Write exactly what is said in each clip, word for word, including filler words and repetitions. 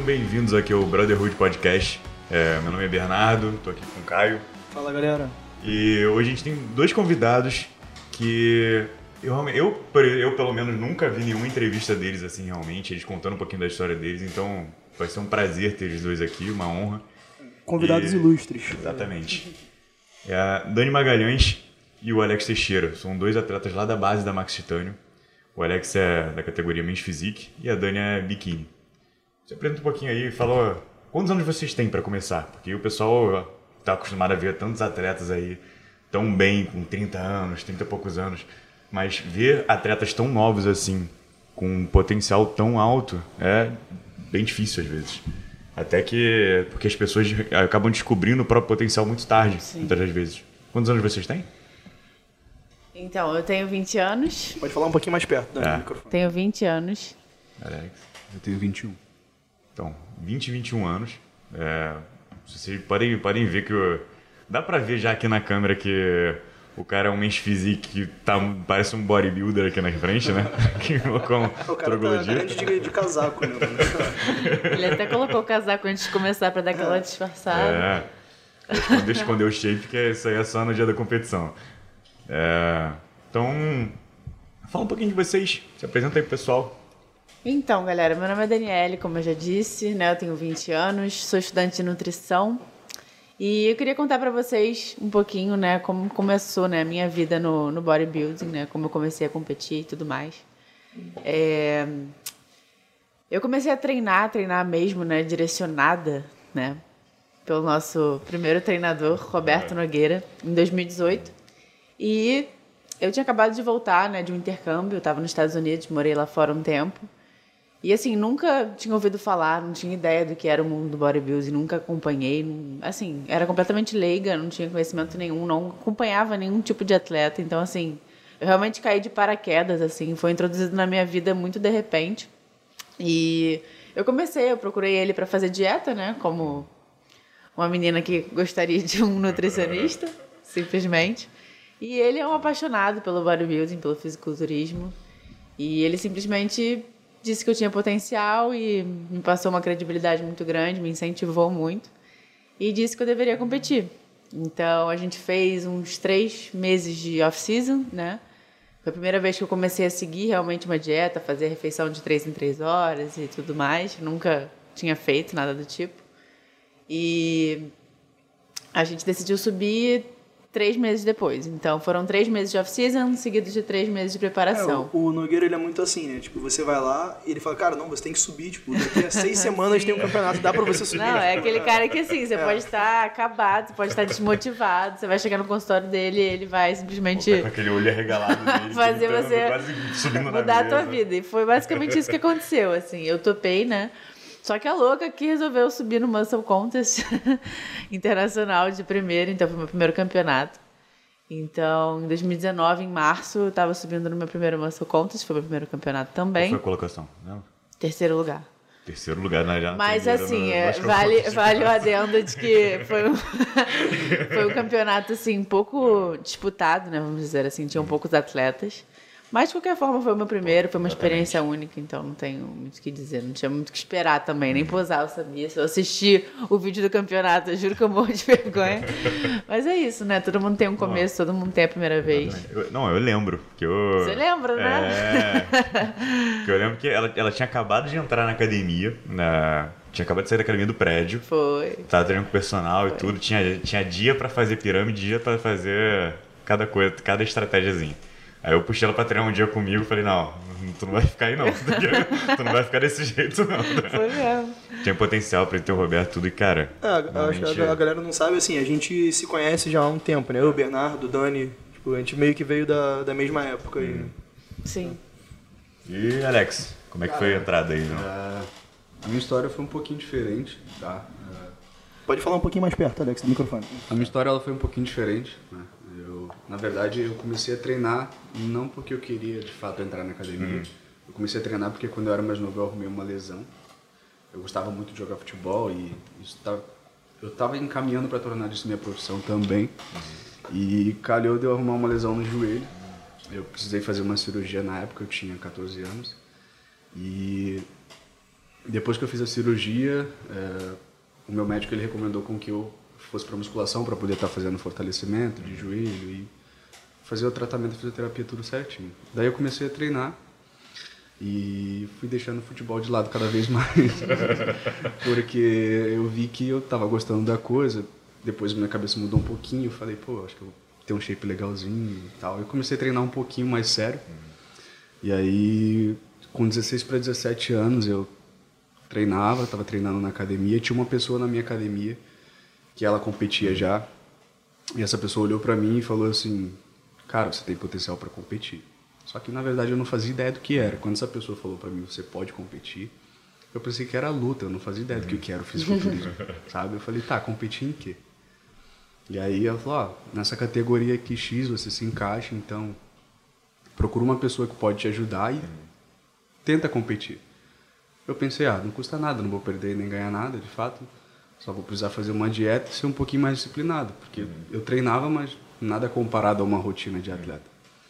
bem-vindos aqui ao Brotherhood Podcast. É, meu nome é Bernardo, tô aqui com o Caio. Fala, galera. E hoje a gente tem dois convidados que eu, eu, eu pelo menos nunca vi nenhuma entrevista deles assim realmente, eles contando um pouquinho da história deles, então vai ser um prazer ter eles dois aqui, uma honra. Convidados e... ilustres. Exatamente. É a Dani Magalhães e o Alex Teixeira, são dois atletas lá da base da Max Titânio. O Alex é da categoria Men's Physique e a Dani é Bikini. Você apresenta um pouquinho aí e fala quantos anos vocês têm para começar? Porque o pessoal está acostumado a ver tantos atletas aí tão bem, com trinta anos, trinta e poucos anos, mas ver atletas tão novos assim, com um potencial tão alto, é bem difícil às vezes. Até que, porque as pessoas acabam descobrindo o próprio potencial muito tarde, Sim. muitas das vezes. Quantos anos vocês têm? Então, eu tenho vinte anos. Pode falar um pouquinho mais perto do é. microfone. Tenho vinte anos. Alex? Eu tenho vinte e um. Então, vinte e vinte e um anos. É, vocês podem, podem ver que... Eu, dá pra ver já aqui na câmera que o cara é um men's physique que tá, parece um bodybuilder aqui na frente, né? Que colocou um o cara tá grande de, de casaco, né? Ele até colocou o casaco antes de começar pra dar aquela disfarçada. É. Esconder, esconder o shape, que isso aí é só no dia da competição. É, então, fala um pouquinho de vocês. Se apresenta aí pro pessoal. Então, galera, meu nome é Daniele, como eu já disse, né? Eu tenho vinte anos, sou estudante de nutrição. E eu queria contar pra vocês um pouquinho, né, como começou, né, a minha vida no, no bodybuilding, né, como eu comecei a competir e tudo mais. É... Eu comecei a treinar, treinar mesmo, né, direcionada, né, pelo nosso primeiro treinador, Roberto Nogueira, em dois mil e dezoito. E eu tinha acabado de voltar, né, de um intercâmbio, eu estava nos Estados Unidos, morei lá fora um tempo. E assim, nunca tinha ouvido falar, não tinha ideia do que era o mundo do bodybuilding, nunca acompanhei, não, assim, era completamente leiga, não tinha conhecimento nenhum, não acompanhava nenhum tipo de atleta, então assim, eu realmente caí de paraquedas, assim, foi introduzido na minha vida muito de repente. E eu comecei, eu procurei ele para fazer dieta, né, como uma menina que gostaria de um nutricionista, simplesmente. E ele é um apaixonado pelo bodybuilding, pelo fisiculturismo, e ele simplesmente disse que eu tinha potencial e me passou uma credibilidade muito grande, me incentivou muito e disse que eu deveria competir. Então, a gente fez uns três meses de off-season, né? Foi a primeira vez que eu comecei a seguir realmente uma dieta, fazer refeição de três em três horas e tudo mais. Nunca tinha feito nada do tipo. E a gente decidiu subir três meses depois. Então, foram três meses de off-season, seguidos de três meses de preparação. É, o, o Nogueira, ele é muito assim, né? Tipo, você vai lá e ele fala, cara, não, você tem que subir. Tipo, daqui a seis semanas tem um campeonato, dá pra você subir. Não, é aquele cara que, assim, você é. pode estar acabado, você pode estar desmotivado, você vai chegar no consultório dele e ele vai simplesmente... Pô, tá com aquele olho arregalado dele. fazer você mudar a tua vida. E foi basicamente isso que aconteceu, assim. Eu topei, né? Só que a louca que resolveu subir no Muscle Contest internacional de primeiro, então foi o meu primeiro campeonato. Então, em dois mil e dezenove, em março, eu estava subindo no meu primeiro Muscle Contest, foi o meu primeiro campeonato também. Qual foi a colocação? Não? Terceiro lugar. Terceiro lugar na já. Mas assim, é, vale, vale o adendo de que foi um, foi um campeonato assim, um pouco disputado, né? Vamos dizer assim, tinham poucos atletas. Mas, de qualquer forma, foi o meu primeiro, foi uma experiência única, então não tenho muito o que dizer, não tinha muito o que esperar também, nem posar, eu sabia. Se eu assistir o vídeo do campeonato, eu juro que eu morro de vergonha. Mas é isso, né? Todo mundo tem um começo, todo mundo tem a primeira vez. Eu, não, eu lembro. Que eu, Você lembra, né? É. Que eu lembro que ela, ela tinha acabado de entrar na academia, na, tinha acabado de sair da academia do prédio. Foi. Tava treinando com o personal Foi. E tudo, tinha, tinha dia pra fazer pirâmide, dia pra fazer cada coisa, cada estratégiazinha. Aí eu puxei ela pra treinar um dia comigo e falei, não, tu não vai ficar aí não, tu não vai ficar desse jeito não. Foi mesmo. Tinha potencial pra ter o Roberto tudo e, cara... É, acho que a, a galera não sabe, assim, a gente se conhece já há um tempo, né? Eu, o Bernardo, o Dani, tipo, a gente meio que veio da, da mesma época aí. Hum. Sim. E, Alex, como é que cara, foi a entrada aí? Não? Uh, a minha história foi um pouquinho diferente, tá? Uh, Pode falar um pouquinho mais perto, Alex, do microfone. A minha história ela foi um pouquinho diferente, né? Eu, na verdade, eu comecei a treinar não porque eu queria, de fato, entrar na academia. Uhum. Eu comecei a treinar porque quando eu era mais novo eu arrumei uma lesão. Eu gostava muito de jogar futebol e isso tava, eu estava encaminhando para tornar isso minha profissão também. Uhum. E calhou de eu arrumar uma lesão no joelho. Eu precisei fazer uma cirurgia na época, eu tinha catorze anos. E depois que eu fiz a cirurgia, é, o meu médico ele recomendou com que eu fosse para musculação para poder estar fazendo fortalecimento de joelho e fazer o tratamento de fisioterapia tudo certinho. Daí eu comecei a treinar e fui deixando o futebol de lado cada vez mais, porque eu vi que eu estava gostando da coisa. Depois minha cabeça mudou um pouquinho, eu falei, pô, acho que eu tenho um shape legalzinho e tal. Eu comecei a treinar um pouquinho mais sério. E aí, com dezesseis para dezessete anos, eu treinava, estava treinando na academia. Tinha uma pessoa na minha academia que ela competia já. E essa pessoa olhou para mim e falou assim, cara, você tem potencial para competir. Só que, na verdade, eu não fazia ideia do que era. Quando essa pessoa falou para mim, você pode competir, eu pensei que era luta, eu não fazia ideia do que era o fisiculturismo, sabe? Eu falei, tá, competir em quê? E aí ela falou, ó, nessa categoria aqui X você se encaixa, então procura uma pessoa que pode te ajudar e tenta competir. Eu pensei, ah, não custa nada, não vou perder nem ganhar nada, de fato. Só vou precisar fazer uma dieta e ser um pouquinho mais disciplinado, porque eu treinava, mas nada comparado a uma rotina de atleta.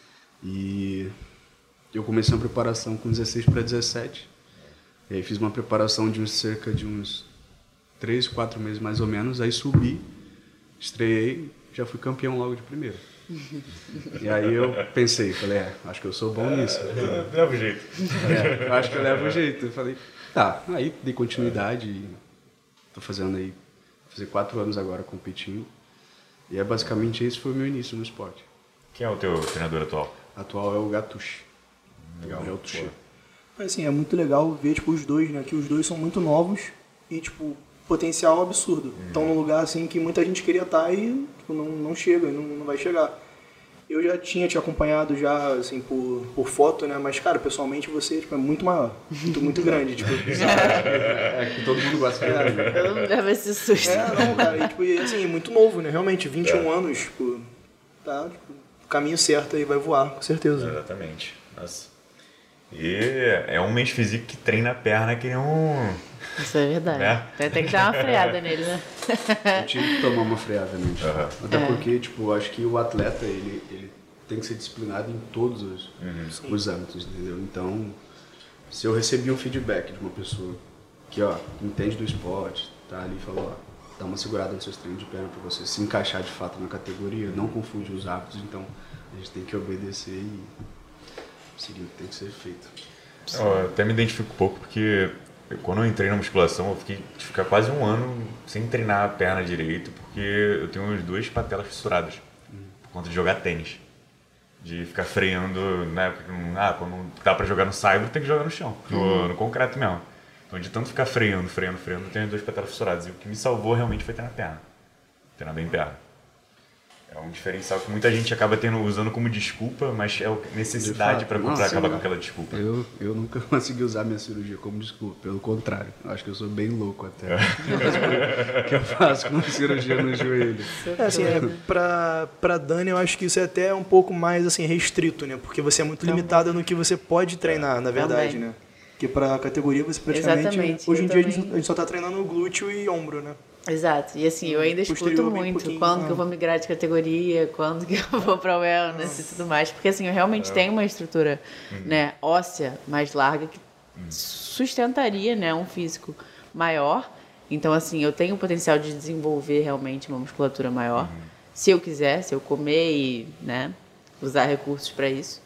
E eu comecei uma preparação com dezesseis para dezessete. E aí fiz uma preparação de uns, cerca de uns três, quatro meses mais ou menos. Aí subi, estreiei, já fui campeão logo de primeira. E aí eu pensei, falei, é, acho que eu sou bom nisso. É, leva o jeito. É, eu acho que eu levo o jeito. Eu falei, tá, aí dei continuidade e tô fazendo aí, vou fazer quatro anos agora competindo. E é basicamente esse foi o meu início no esporte. Quem é o teu treinador atual? Atual é o Gatushi. Legal. É o Tuxi. Mas assim, é muito legal ver tipo, os dois, né? Que os dois são muito novos e, tipo, potencial absurdo. Estão Uhum. num lugar assim que muita gente queria estar e tipo, não, não chega, não, não vai chegar. Eu já tinha te acompanhado já, assim, por, por foto, né? Mas, cara, pessoalmente você tipo, é muito maior. Muito, muito grande, tipo. É, é que todo mundo gosta de ver. Todo mundo leva esse susto. É, não, cara, e, tipo, e, assim, muito novo, né? Realmente, vinte e um anos, tipo, tá, tipo, caminho certo aí, vai voar, com certeza. Exatamente. Nossa. E é um mês físico que treina a perna que nem um... Isso é verdade. Né? Tem, tem que dar uma freada nele, né? Eu tive que tomar uma freada nisso. Uhum. Até É. porque, tipo, eu acho que o atleta, ele, ele tem que ser disciplinado em todos os, os âmbitos, entendeu? Então, se eu recebi um feedback de uma pessoa que, ó, entende do esporte, tá ali e falou, ó, dá uma segurada nos seus treinos de perna pra você se encaixar de fato na categoria, não confunde os hábitos, então a gente tem que obedecer e seguir o que tem que ser feito. Eu até me identifico um pouco porque eu, quando eu entrei na musculação eu fiquei de ficar quase um ano sem treinar a perna direito porque eu tenho umas duas patelas fissuradas por conta de jogar tênis. De ficar freando, né? Porque não, ah, quando não dá pra jogar no saibro tem que jogar no chão, no, uhum. no concreto mesmo. Então de tanto ficar freando, freando, freando, eu tenho as duas patelas fissuradas. E o que me salvou realmente foi treinar a perna. Treinar bem perna. É um diferencial que muita gente acaba tendo, usando como desculpa, mas é necessidade para acabar com aquela desculpa. Eu, eu nunca consegui usar minha cirurgia como desculpa, pelo contrário. Eu acho que eu sou bem louco até. que eu faço com cirurgia no joelho. É, assim, é, pra, pra Dani eu acho que isso é até um pouco mais assim, restrito, né? Porque você é muito limitada no que você pode treinar, na verdade, Também. né? Porque pra categoria você praticamente... Exatamente, Hoje em eu dia a também. gente, a gente só tá treinando glúteo e ombro, né? Exato. E assim, eu ainda escuto Posterior bem muito pouquinho, quando né? que eu vou migrar de categoria, quando que eu vou pra wellness e tudo mais. Porque assim, eu realmente tenho uma estrutura né, óssea mais larga que sustentaria né, um físico maior. Então assim, eu tenho o potencial de desenvolver realmente uma musculatura maior. Se eu quiser, se eu comer e né, usar recursos para isso.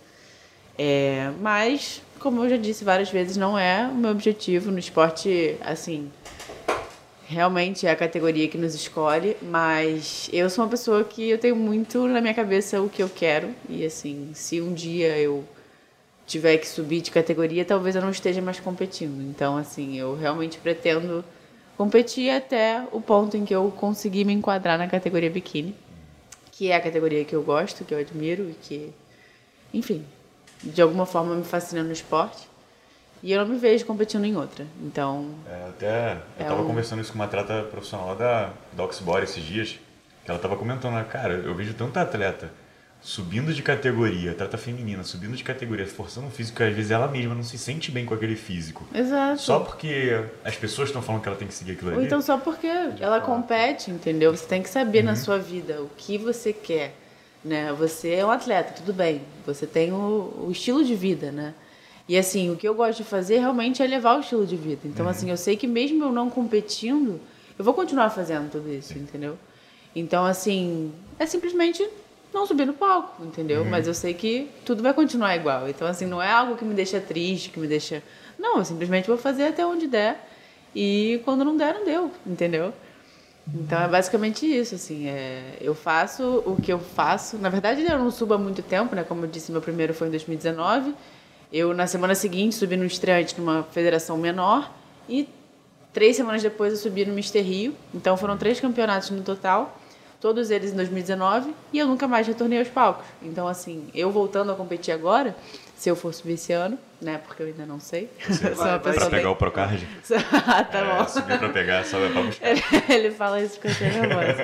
É, mas, como eu já disse várias vezes, não é o meu objetivo no esporte, assim... Realmente é a categoria que nos escolhe, mas eu sou uma pessoa que eu tenho muito na minha cabeça o que eu quero. E assim, se um dia eu tiver que subir de categoria, talvez eu não esteja mais competindo. Então, assim, eu realmente pretendo competir até o ponto em que eu conseguir me enquadrar na categoria biquíni, que é a categoria que eu gosto, que eu admiro e que, enfim, de alguma forma me fascina no esporte. E eu não me vejo competindo em outra, então... É, até, eu é tava um... conversando isso com uma atleta profissional da, da Oxbody esses dias, que ela tava comentando, né, cara, eu vejo tanta atleta subindo de categoria, atleta feminina, subindo de categoria, forçando o físico, que às vezes ela mesma não se sente bem com aquele físico. Exato. Só porque as pessoas estão falando que ela tem que seguir aquilo ali. Ou então só porque ela compete, entendeu? Você tem que saber uhum. na sua vida o que você quer, né? Você é um atleta, tudo bem, você tem o, o estilo de vida, né? E assim, o que eu gosto de fazer realmente é levar o estilo de vida. Então, uhum. assim, eu sei que mesmo eu não competindo, eu vou continuar fazendo tudo isso, Sim. entendeu? Então, assim, é simplesmente não subir no palco, entendeu? Uhum. Mas eu sei que tudo vai continuar igual. Então, assim, não é algo que me deixa triste, que me deixa... Não, eu simplesmente vou fazer até onde der. E quando não der, não deu, entendeu? Então, é basicamente isso, assim. É, eu faço o que eu faço. Na verdade, eu não subo há muito tempo, né? Como eu disse, meu primeiro foi em dois mil e dezenove. Eu, na semana seguinte, subi no estreante numa federação menor. E três semanas depois, eu subi no Mister Rio. Então, foram três campeonatos no total. Todos eles em dois mil e dezenove. E eu nunca mais retornei aos palcos. Então, assim, eu voltando a competir agora... Se eu for subir esse ano, né? Porque eu ainda não sei. Vai, vai, pra pegar bem... o Procard. ah, tá é, bom. Subir pra pegar, só vai pra buscar. Ele, ele fala isso porque eu tenho nervosa.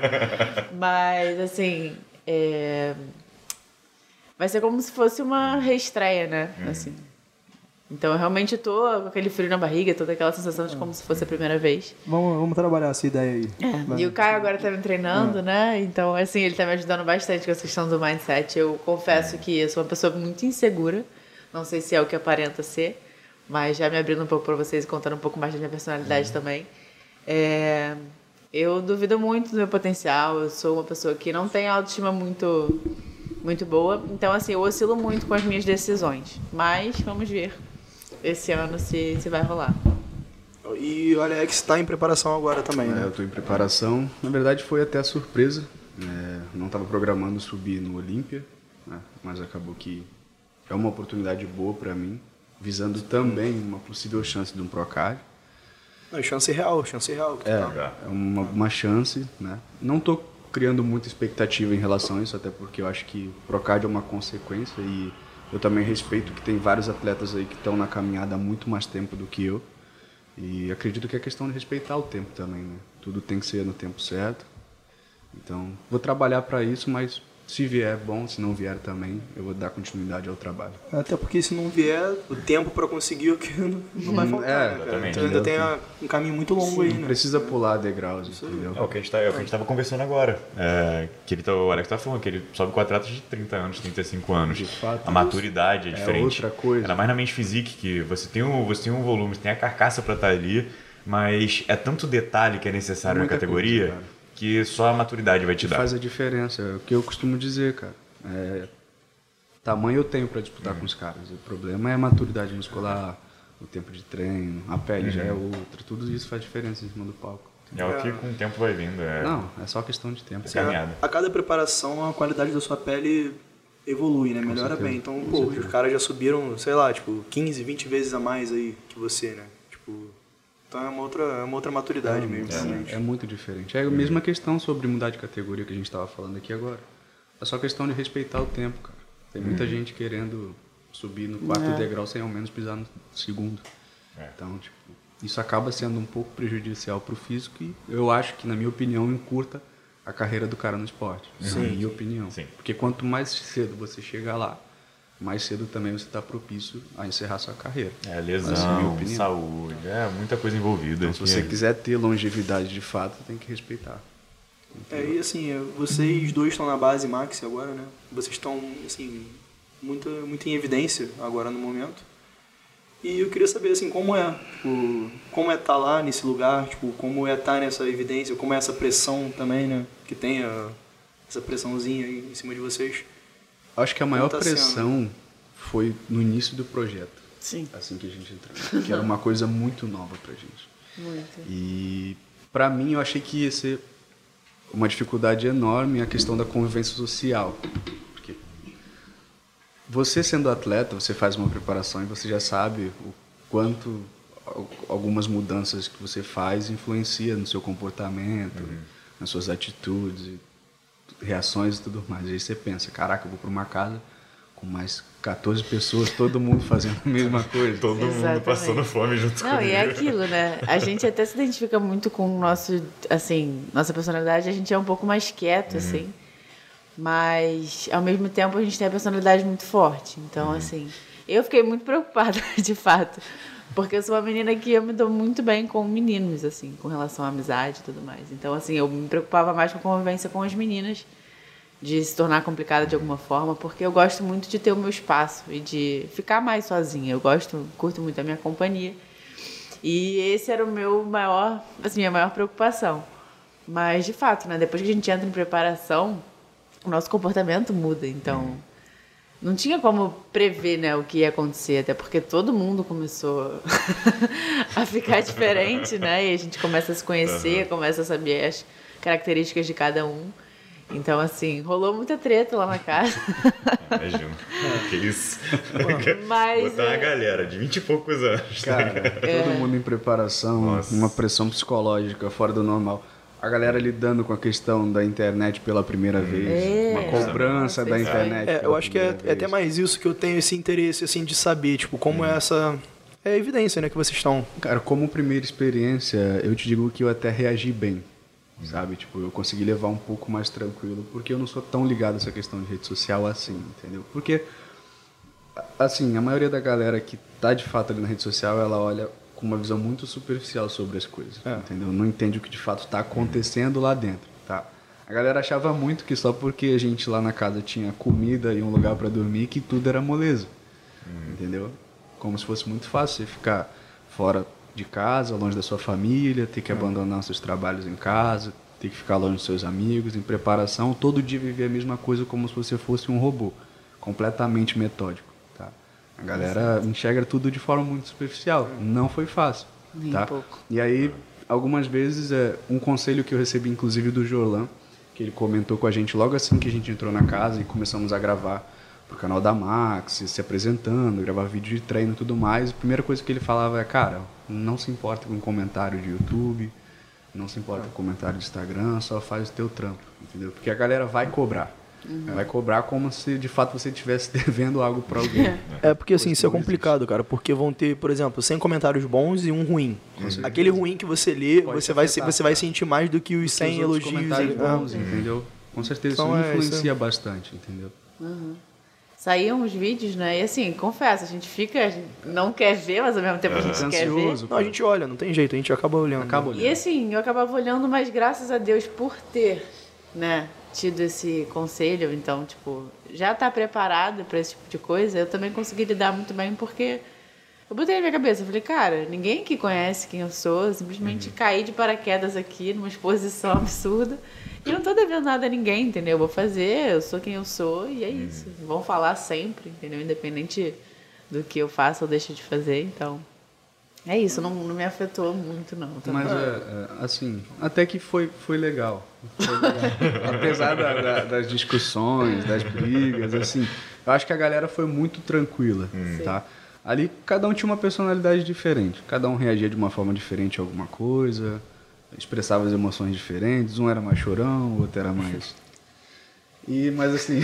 Mas, assim... É... Vai ser como se fosse uma reestreia, né? Hum. Assim. Então, eu realmente tô com aquele frio na barriga, toda aquela sensação de como se fosse a primeira vez. Vamos, vamos trabalhar essa ideia aí. É. E o Caio agora tá me treinando, é. né? Então, assim, ele tá me ajudando bastante com essa questão do mindset. Eu confesso que eu sou uma pessoa muito insegura. Não sei se é o que aparenta ser, mas já me abrindo um pouco para vocês e contando um pouco mais da minha personalidade uhum. também. É, eu duvido muito do meu potencial, eu sou uma pessoa que não tem autoestima muito, muito boa, então assim, eu oscilo muito com as minhas decisões, mas vamos ver esse ano se, se vai rolar. E o Alex está em preparação agora também, né? É, eu estou em preparação, na verdade foi até surpresa, é, não estava programando subir no Olímpia, né, mas acabou que é uma oportunidade boa para mim, visando também uma possível chance de um Procard. Não, chance real, chance real. É, tá. é uma, uma chance, né? Não estou criando muita expectativa em relação a isso, até porque eu acho que o Procard é uma consequência e eu também respeito que tem vários atletas aí que estão na caminhada há muito mais tempo do que eu. E acredito que é questão de respeitar o tempo também, né? Tudo tem que ser no tempo certo. Então, vou trabalhar para isso, mas... Se vier, bom. Se não vier também, eu vou dar continuidade ao trabalho. Até porque se não vier, o tempo para conseguir o que não, não vai faltar, é, né, cara? Então ainda tem a, um caminho muito longo Sim, aí, né? Precisa pular degraus, entendeu? É o que a gente tá, é o que a gente tava conversando agora. É, que ele tá, o Alex tá falando que ele sobe com atletas de trinta anos, trinta e cinco anos. De fato, a maturidade é diferente. É outra coisa. Ainda mais na mente physique, que você tem um, você tem um volume, você tem a carcaça para estar ali, mas é tanto detalhe que é necessário na categoria coisa, que só a maturidade vai te que dar. Faz a diferença. É o que eu costumo dizer, cara. É, tamanho eu tenho para disputar uhum. com os caras. O problema é a maturidade muscular, o tempo de treino, a pele uhum. já é outra. Tudo isso faz diferença em cima do palco. É o que com o tempo vai vindo. É... Não, é só questão de tempo. É caminhada. A cada preparação, a qualidade da sua pele evolui, né? Melhora bem. Então, pô, os caras já subiram, sei lá, tipo, quinze, vinte vezes a mais aí que você, né? Tipo, então é uma outra, é uma outra maturidade é, mesmo. É, realmente. é muito diferente. É a mesma questão sobre mudar de categoria que a gente estava falando aqui agora. É só questão de respeitar o tempo, cara. Tem muita uhum. gente querendo subir no quarto é. degrau sem ao menos pisar no segundo. É. Então, tipo, isso acaba sendo um pouco prejudicial pro físico e eu acho que, na minha opinião, encurta a carreira do cara no esporte. Sim. Na minha opinião. Sim. Porque quanto mais cedo você chegar lá, mais cedo também você está propício a encerrar sua carreira. É, lesão, é saúde, é muita coisa envolvida. Então, se você quiser ter longevidade de fato, tem que respeitar. É, e assim, vocês dois estão na base Maxi agora, né? Vocês estão, assim, muito, muito em evidência agora no momento. E eu queria saber, assim, como é, tipo, como é estar lá nesse lugar, tipo, como é estar nessa evidência, como é essa pressão também, né? Que tem a, essa pressãozinha aí em cima de vocês. Acho que a maior tá pressão sendo? foi no início do projeto. Sim. Assim que a gente entrou. Que era uma coisa muito nova pra gente. Muito. E pra mim eu achei que ia ser uma dificuldade enorme a questão da convivência social. Porque você sendo atleta, você faz uma preparação e você já sabe o quanto algumas mudanças que você faz influencia no seu comportamento, uhum. nas suas atitudes, reações e tudo mais. E aí você pensa, caraca, eu vou para uma casa com mais quatorze pessoas, todo mundo fazendo a mesma coisa. Todo Exatamente. mundo passando fome junto Não, comigo. E é aquilo, né? A gente até se identifica muito com o nosso, assim, nossa personalidade, a gente é um pouco mais quieto, uhum. assim. Mas, ao mesmo tempo, a gente tem a personalidade muito forte. Então, uhum. assim, eu fiquei muito preocupada, de fato. Porque eu sou uma menina que eu me dou muito bem com meninos, assim, com relação à amizade e tudo mais. Então, assim, eu me preocupava mais com a convivência com as meninas. de se tornar complicada de alguma forma, porque eu gosto muito de ter o meu espaço e de ficar mais sozinha. Eu gosto, curto muito a minha companhia. E esse era o meu maior, assim, minha maior preocupação. Mas, de fato, né, depois que a gente entra em preparação, o nosso comportamento muda. Então, não tinha como prever, né, o que ia acontecer, até porque todo mundo começou a ficar diferente, né? E a gente começa a se conhecer, começa a saber as características de cada um. Então, assim, rolou muita treta lá na casa. Imagino. Que isso. Mas, botar uma é... galera de vinte e poucos anos. Cara, É. todo mundo em preparação, Nossa. uma pressão psicológica fora do normal. A galera lidando com a questão da internet pela primeira vez, É. uma cobrança Nossa, da isso aí. internet. É, eu pela acho que é, primeira é até vez. mais isso que eu tenho esse interesse, assim, de saber, tipo, como é essa... É a evidência, né, que vocês estão... Cara, como primeira experiência, eu te digo que eu até reagi bem, sabe? Tipo, eu consegui levar um pouco mais tranquilo, porque eu não sou tão ligado a essa questão de rede social assim, entendeu? Porque, assim, a maioria da galera que tá de fato ali na rede social, ela olha com uma visão muito superficial sobre as coisas, É. entendeu? Não entende o que de fato tá acontecendo lá dentro, tá? A galera achava muito que só porque a gente lá na casa tinha comida e um lugar para dormir, que tudo era moleza, entendeu? Como se fosse muito fácil você ficar fora de casa, longe da sua família, ter que abandonar seus trabalhos em casa, ter que ficar longe dos seus amigos, em preparação, todo dia viver a mesma coisa como se você fosse um robô, completamente metódico, tá? A galera enxerga tudo de forma muito superficial, não foi fácil, Nem tá? um pouco. E aí, algumas vezes, é um conselho que eu recebi, inclusive, do Jorlan, que ele comentou com a gente logo assim que a gente entrou na casa e começamos a gravar pro canal da Max, se apresentando, gravar vídeo de treino e tudo mais. A primeira coisa que ele falava é, cara, não se importa com comentário de YouTube, não se importa com comentário de Instagram, só faz o teu trampo, entendeu? Porque a galera vai cobrar. Uhum. Vai cobrar como se de fato você estivesse devendo algo para alguém. É porque, assim, Pois isso é não complicado, cara, porque vão ter, por exemplo, cem comentários bons e um ruim. Aquele ruim que você lê, Pode você vai, se- afetar, você vai cara. sentir mais do que os Porque cem os outros elogios. comentários e- bons, Ah. entendeu? Com certeza Então, isso é, isso influencia bastante, entendeu? Saíam os vídeos, né? E assim, confesso, a gente fica, a gente não quer ver, mas ao mesmo tempo a gente Fica quer ver. ansioso, Não, a gente olha, não tem jeito, a gente acaba olhando. Acaba olhando. E assim, eu acabava olhando, mas graças a Deus por ter, né, tido esse conselho, então, tipo, já tá preparado pra esse tipo de coisa, eu também consegui lidar muito bem, porque eu botei na minha cabeça, eu falei, cara, ninguém aqui conhece quem eu sou, eu simplesmente caí de paraquedas aqui numa exposição absurda, e eu não tô devendo nada a ninguém, entendeu? Eu vou fazer, eu sou quem eu sou, e é isso. Vão falar sempre, entendeu? Independente do que eu faça ou deixe de fazer, então... É isso, não, não me afetou muito, não. Tá Mas, bom? é, é, assim, até que foi, foi legal. Foi legal. Apesar da- da- das discussões, das brigas, assim, eu acho que a galera foi muito tranquila, tá? Ali, cada um tinha uma personalidade diferente. Cada um reagia de uma forma diferente a alguma coisa, expressava as emoções diferentes. Um era mais chorão, o outro era mais... E, mas assim...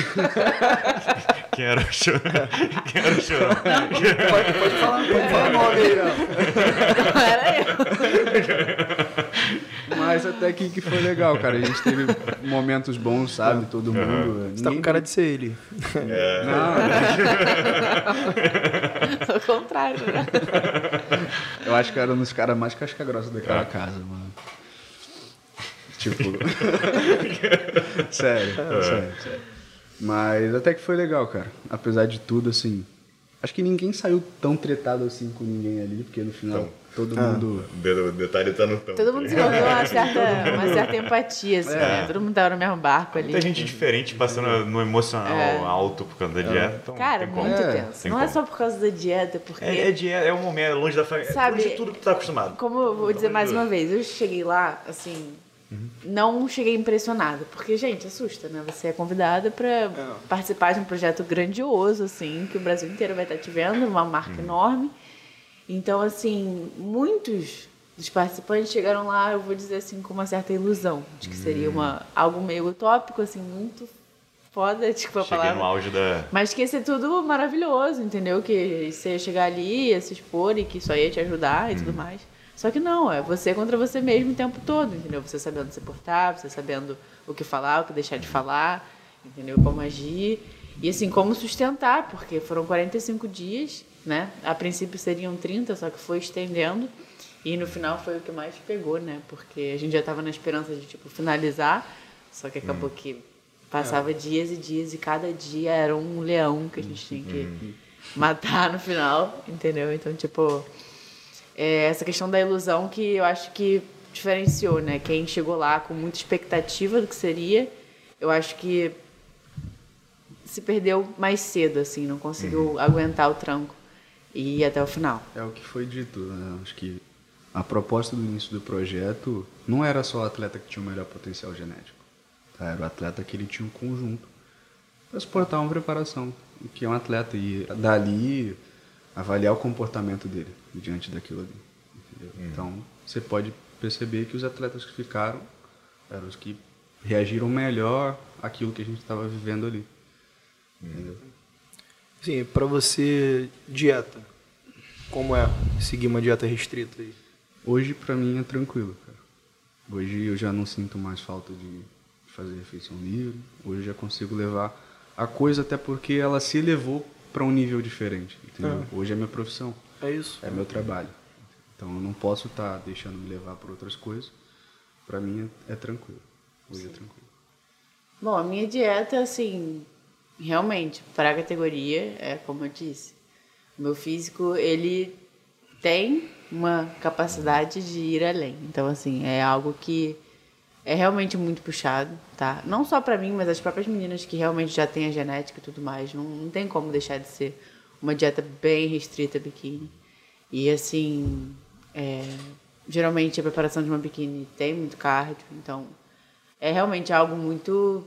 Quem era o chorão? Quem era o chorão? Pode, pode falar, pode falar nome aí, né? Não era eu. Mas até que, que foi legal, cara. A gente teve momentos bons, sabe? Todo mundo. Você tá com cara de ser ele. Não, Ao contrário, né? eu acho que era um dos caras mais casca-grossa daquela casa, mano. Tipo. sério, sério, sério. Mas até que foi legal, cara. Apesar de tudo, assim. Acho que ninguém saiu tão tretado assim com ninguém ali, porque no final todo mundo. O detalhe tá no tom. Todo mundo desenvolveu uma certa, uma certa empatia, assim, né? Todo mundo tava no mesmo barco ali. Muita gente diferente passando no emocional É. alto por causa da dieta. Então, Cara, tem como. muito É, tenso. tem Não é como. só por causa da dieta, porque... É, é, dieta, é um momento, é longe da família, Sabe, longe de tudo que tu tá acostumado. Como eu vou dizer mais uma vez, eu cheguei lá, assim, não cheguei impressionada, porque, gente, assusta, né? Você é convidada pra participar de um projeto grandioso, assim, que o Brasil inteiro vai estar te vendo, uma marca enorme. Então, assim, muitos dos participantes chegaram lá, eu vou dizer assim, com uma certa ilusão, de que seria uma, algo meio utópico, assim, muito foda, tipo, a Cheguei palavra... no auge da... Mas que ia ser tudo maravilhoso, entendeu? Que você ia chegar ali, ia se expor e que isso aí ia te ajudar e tudo mais. Só que não, é você contra você mesmo o tempo todo, entendeu? Você sabendo se portar, você sabendo o que falar, o que deixar de falar, entendeu? Como agir. E assim, como sustentar, porque foram quarenta e cinco dias, né? A princípio seriam trinta, só que foi estendendo. E no final foi o que mais pegou, né? Porque a gente já estava na esperança de, tipo, finalizar, só que acabou que Passava é. dias e dias e cada dia era um leão que a gente tinha que uhum. matar no final, entendeu? Então, tipo, é essa questão da ilusão que eu acho que diferenciou, né? Quem chegou lá com muita expectativa do que seria, eu acho que se perdeu mais cedo, assim, não conseguiu uhum. aguentar o tranco e ir até o final. É o que foi dito, né? Acho que a proposta do início do projeto não era só o atleta que tinha o melhor potencial genético, tá? Era o atleta que ele tinha um conjunto para suportar uma preparação, que é um atleta, e dali avaliar o comportamento dele diante daquilo ali, entendeu? Uhum. Então, você pode perceber que os atletas que ficaram eram os que reagiram melhor àquilo que a gente estava vivendo ali. Entendeu? Sim, para você, dieta, como é seguir uma dieta restrita aí? Hoje, para mim, é tranquilo, cara. Hoje eu já não sinto mais falta de fazer refeição livre. Hoje eu já consigo levar a coisa, até porque ela se elevou para um nível diferente, entendeu? É. Hoje é minha profissão. É isso. É meu trabalho. Então eu não posso estar tá deixando me levar por outras coisas. Para mim é, é tranquilo. Hoje Sim. é tranquilo. Bom, a minha dieta, assim, realmente, para a categoria, é como eu disse. O meu físico, ele tem uma capacidade de ir além. Então, assim, é algo que é realmente muito puxado, tá? Não só para mim, mas as próprias meninas que realmente já têm a genética e tudo mais. Não, não tem como deixar de ser uma dieta bem restrita biquíni. E, assim, é, geralmente a preparação de uma biquíni tem muito cardio, então é realmente algo muito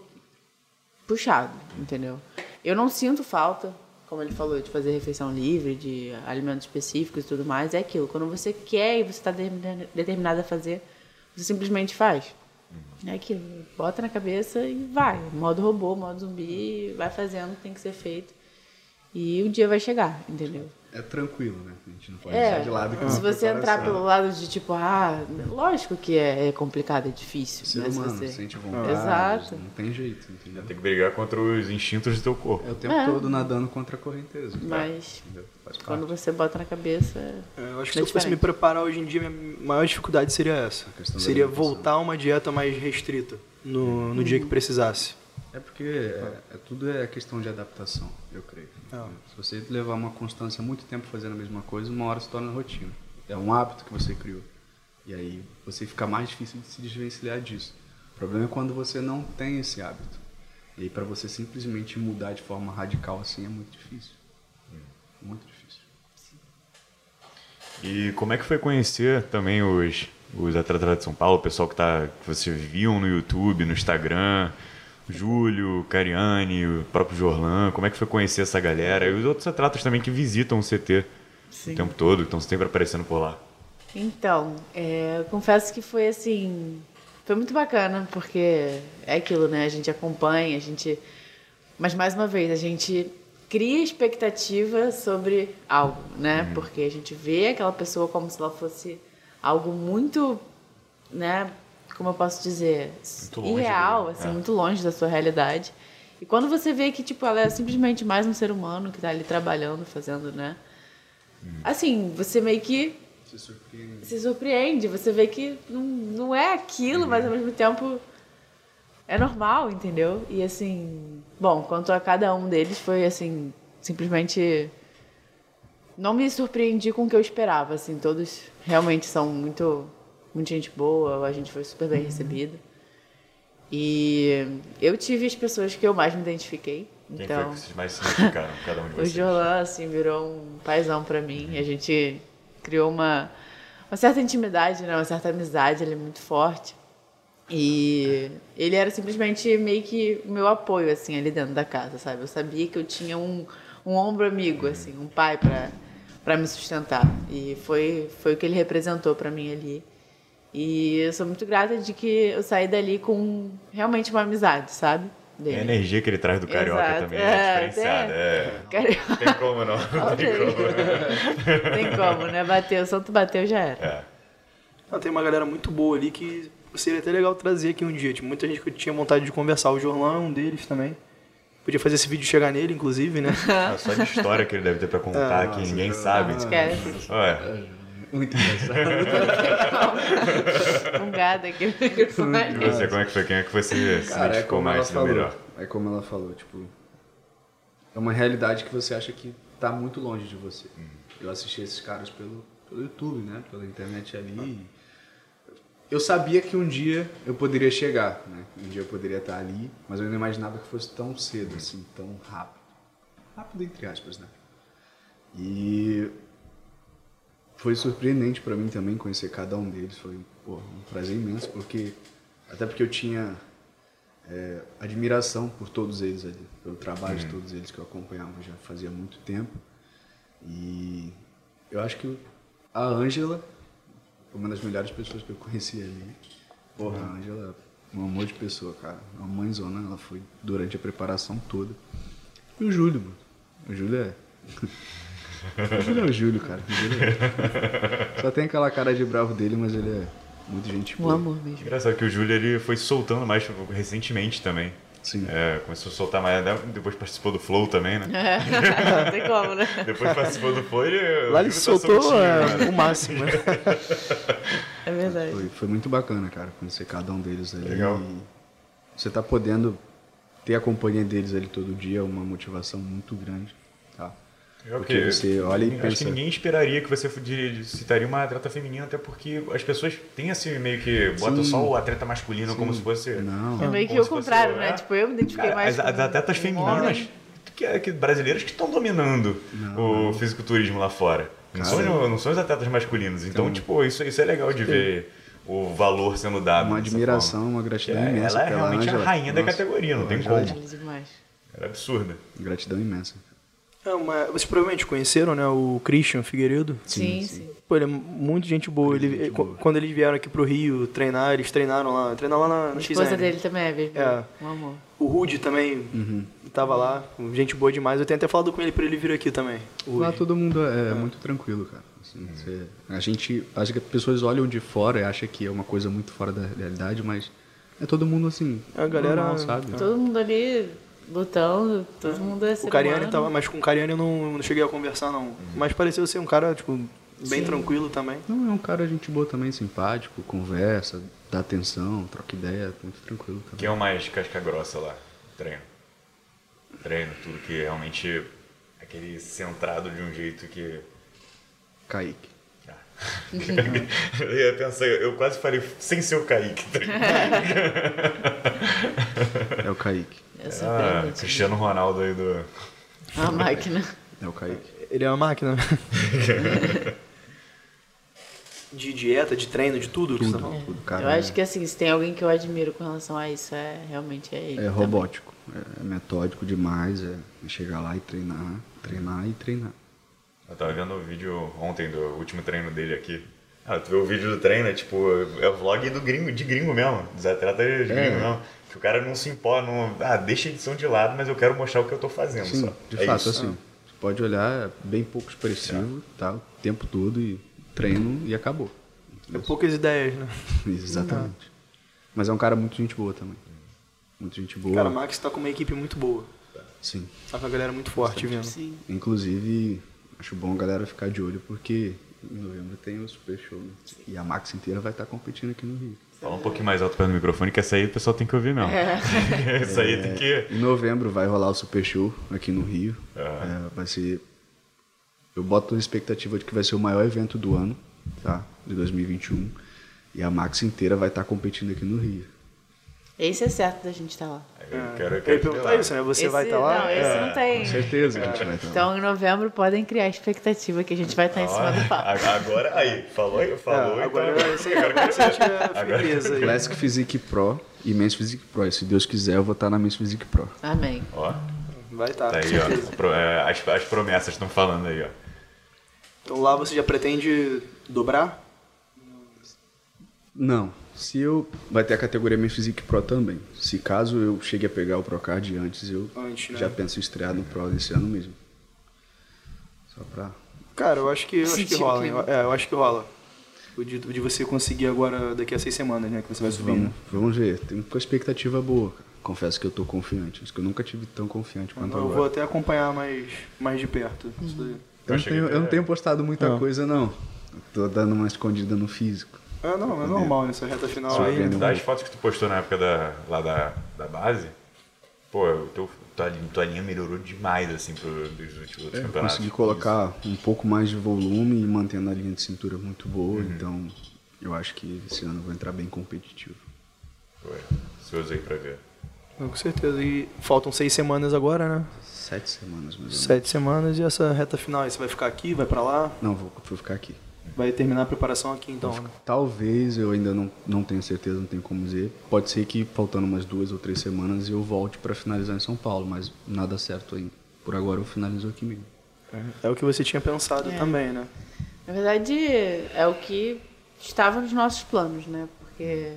puxado, entendeu? Eu não sinto falta, como ele falou, de fazer refeição livre, de alimentos específicos e tudo mais. É aquilo, quando você quer e você está determinado a fazer, você simplesmente faz. É aquilo, bota na cabeça e vai. Modo robô, modo zumbi, vai fazendo o que tem que ser feito. E o dia vai chegar, entendeu? É tranquilo, né? A gente não pode é, deixar de lado que se você entrar pelo lado de tipo, ah, lógico que é, é complicado, é difícil. O ser né? humano, você... sente vontade, Exato. Não tem jeito, entendeu? Tem que brigar contra os instintos do teu corpo. É o tempo é. todo nadando contra a correnteza. Mas quando você bota na cabeça... É, eu acho que se eu fosse me preparar hoje em dia, minha maior dificuldade seria essa. Seria voltar a uma dieta mais restrita no, no uhum. dia que precisasse. É porque é, é, tudo é questão de adaptação, eu creio. Ah. Se você levar uma constância muito tempo fazendo a mesma coisa, uma hora se torna rotina. É um hábito que você criou. E aí você fica mais difícil de se desvencilhar disso. O problema é quando você não tem esse hábito. E aí para você simplesmente mudar de forma radical assim é muito difícil. Hum. Muito difícil. Sim. E como é que foi conhecer também os, os atletas de São Paulo, o pessoal que, tá, que vocês viam no YouTube, no Instagram... Júlio, Cariani, o próprio Jorlan, como é que foi conhecer essa galera? E os outros atletas também que visitam o C T Sim. o tempo todo, que estão sempre aparecendo por lá. Então, é, eu confesso que foi assim, foi muito bacana, porque é aquilo, né? A gente acompanha, a gente... Mas, mais uma vez, a gente cria expectativa sobre algo, né? Uhum. Porque a gente vê aquela pessoa como se ela fosse algo muito, né? Como eu posso dizer, irreal, assim, é. muito longe da sua realidade. E quando você vê que, tipo, ela é simplesmente mais um ser humano que está ali trabalhando, fazendo, né? Hum. Assim, você meio que se surpreende. Se surpreende. Você vê que não, não é aquilo, hum. mas ao mesmo tempo é normal, entendeu? E assim, bom, quanto a cada um deles foi, assim, simplesmente... Não me surpreendi com o que eu esperava, assim, todos realmente são muito... Muita gente boa, a gente foi super bem recebido. E eu tive as pessoas que eu mais me identifiquei. Quem então, foi que vocês mais se identificaram, cada um de vocês? O Jorlan, assim, virou um paizão pra mim. Uhum. A gente criou uma, uma certa intimidade, né? Uma certa amizade, ele é muito forte. E ele era simplesmente meio que o meu apoio, assim, ali dentro da casa, sabe? Eu sabia que eu tinha um, um ombro amigo, assim, um pai pra, pra me sustentar. E foi, foi o que ele representou pra mim ali. E eu sou muito grata de que eu saí dali com realmente uma amizade, sabe? Dele. A energia que ele traz do Carioca Exato. também é, é diferenciada. É. Carioca. Não tem como não. Não tem como. Tem como, né? Bateu, o santo bateu, já era. É. Não, tem uma galera muito boa ali que seria até legal trazer aqui um dia. Tinha muita gente que eu tinha vontade de conversar. O Jorlan é um deles também. Podia fazer esse vídeo chegar nele, inclusive, né? É só de história que ele deve ter pra contar, é, que nossa, ninguém eu... sabe. Esquece. Ué. Muito engraçado. Um gado aqui no microfone. Você, como é que foi? Quem é que você se Cara, identificou é mais no melhor? é como ela falou, tipo, é uma realidade que você acha que tá muito longe de você. Uhum. Eu assisti esses caras pelo, pelo YouTube, né? Pela internet ali. Eu sabia que um dia eu poderia chegar, né? Um dia eu poderia estar ali, mas eu não imaginava que fosse tão cedo, assim, tão rápido. Rápido entre aspas, né? E foi surpreendente para mim também conhecer cada um deles. Foi porra, um prazer imenso, porque até porque eu tinha é, admiração por todos eles ali, pelo trabalho uhum. de todos eles que eu acompanhava já fazia muito tempo. E eu acho que a Ângela foi uma das melhores pessoas que eu conheci ali. Porra, uhum. a Ângela é um amor de pessoa, cara. Uma mãezona, ela foi durante a preparação toda. E o Júlio, mano. O Júlio é... o Júlio é o Júlio, cara. O Júlio é... Só tem aquela cara de bravo dele, mas ele é muito gente boa. Um amor mesmo. Engraçado que o Júlio ele foi soltando mais recentemente também. Sim. É, começou a soltar mais, depois participou do Flow também, né? É, não tem como, né? Depois participou do Flow e... Lá ele soltou é, o máximo, né? É verdade. Foi, foi muito bacana, cara, conhecer cada um deles ali. Legal. E você tá podendo ter a companhia deles ali todo dia, é uma motivação muito grande, tá? É porque okay. você olha e Acho pensa... Acho que ninguém esperaria que você citaria uma atleta feminina, até porque as pessoas têm assim, meio que botam só o atleta masculino sim. como se fosse... Não. É meio que o contrário, fosse, né? É. Tipo, eu me identifiquei cara, mais as, as atletas femininas que, que, brasileiras que estão dominando não, o fisiculturismo lá fora. Não são, não são os atletas masculinos. Então, então tipo, isso, isso é legal de ver o valor sendo dado. Uma admiração, forma. Uma gratidão é, imensa. Ela é realmente Angela. a rainha Nossa, da categoria, não tem como. Ela é demais. Ela é absurda. Gratidão imensa. É uma, vocês provavelmente conheceram, né, o Christian Figueiredo? Sim, sim. sim. Pô, ele é muito gente boa. Ele, gente boa. Quando eles vieram aqui pro Rio treinar, eles treinaram lá. Treinaram lá na, na X N. A esposa dele também é, bebê. É. Um amor. O Rudy também uhum. tava lá. Gente boa demais. Eu tenho até falado com ele pra ele vir aqui também. Lá todo mundo é, é muito tranquilo, cara. Assim, uhum. você, a gente... Acho que as pessoas olham de fora e acham que é uma coisa muito fora da realidade, mas é todo mundo assim... A galera... normal, sabe? Todo mundo ali... lutando, todo mundo é ser O Cariani humano. tava, mas com o Cariani eu não, não cheguei a conversar, não. Uhum. Mas pareceu ser um cara, tipo, bem Sim. tranquilo também. Não, é um cara gente boa também, simpático, conversa, dá atenção, troca ideia, muito tranquilo também. Quem é o mais casca grossa lá? Treino. Treino, tudo que realmente... Aquele centrado de um jeito que... Kaique. Ah. eu ia pensar, eu quase falei sem ser o Kaique. É o Kaique. Ah, Cristiano Ronaldo aí do... A máquina. É o Kaique. Ele é uma máquina. De dieta, de treino, de tudo? Tudo, que você tá tudo, cara. Eu acho que assim, se tem alguém que eu admiro com relação a isso, é realmente é ele. É robótico, é metódico demais, é chegar lá e treinar, treinar e treinar. Eu tava vendo o vídeo ontem do último treino dele aqui. Ah, tu vê o vídeo do treino, é tipo, é o vlog do gringo, de gringo mesmo, dos atletas de gringo é. mesmo. Que o cara não se importa, não, ah, deixa a edição de lado, mas eu quero mostrar o que eu tô fazendo. Sim, só. de é fato, isso. assim, ah. você pode olhar, é bem pouco expressivo, é. tá, o tempo todo e treino e acabou. É poucas ideias, né? Exatamente. Mas é um cara muito gente boa também. Muito gente boa. Cara, o Max tá com uma equipe muito boa. Sim. Tá com a galera muito forte, vendo. Sim. Inclusive, acho bom a galera ficar de olho, porque em novembro tem o Super Show, né? E a Max inteira vai estar competindo aqui no Rio. Fala um pouquinho mais alto perto do microfone, que essa aí o pessoal tem que ouvir mesmo. É. Essa aí é, tem que... Em novembro vai rolar o Super Show aqui no Rio. Uhum. É, vai ser... Eu boto a expectativa de que vai ser o maior evento do ano, tá? De dois mil e vinte e um. E a Max inteira vai estar competindo aqui no Rio. Esse é certo da gente estar lá. Eu quero, eu quero perguntar isso, né? Você esse, vai estar lá? Não, esse é. não tem. Com certeza a gente vai estar Então, lá. em novembro, podem criar a expectativa que a gente vai estar em cima do palco. Agora, aí, falou, falou. É, agora então, eu sei que você tiver firmeza aí. Classic Physique Pro e Men's Physique Pro. E se Deus quiser, eu vou estar na Men's Physique Pro. Amém. Ó. Vai estar, tá aí, ó. As, as promessas estão falando aí, ó. Então lá você já pretende dobrar? Não. Se eu... Vai ter a categoria Men's Physique Pro também. Se caso eu chegue a pegar o Procard antes, eu antes, né? já penso em estrear no Pro desse ano mesmo. Só pra... Cara, eu acho que, eu acho que rola. clima. É, eu acho que rola. O de, de você conseguir agora, daqui a seis semanas, né? Que você vai subindo. Vamos, vamos ver. Tenho uma expectativa boa. Confesso que eu tô confiante. Acho que eu nunca tive tão confiante quanto eu agora. Eu vou até acompanhar mais, mais de perto. Uhum. Isso daí. Eu, não tenho, eu não tenho postado muita não. coisa, não. Eu tô dando uma escondida no físico. Ah, não, é normal nessa reta final Só aí. Das fotos que tu postou na época da, lá da, da base, Pô, o teu, tua, tua linha melhorou demais, assim, pro, dos últimos É, eu campeonatos. consegui colocar um pouco mais de volume e mantendo a linha de cintura muito boa, Uhum. então eu acho que esse ano eu vou entrar bem competitivo. Pô, ansioso aí pra ver. Com certeza. E faltam seis semanas agora, né? Sete semanas, mais ou menos. Sete semanas e essa reta final aí, você vai ficar aqui, vai pra lá? Não, vou, vou ficar aqui. Vai terminar a preparação aqui então, né? Talvez, eu ainda não, não tenho certeza, não tenho como dizer. Pode ser que faltando umas duas ou três semanas eu volte para finalizar em São Paulo, mas nada certo ainda. Por agora eu finalizo aqui mesmo. É o que você tinha pensado É. também, né? Na verdade, é o que estava nos nossos planos, né? Porque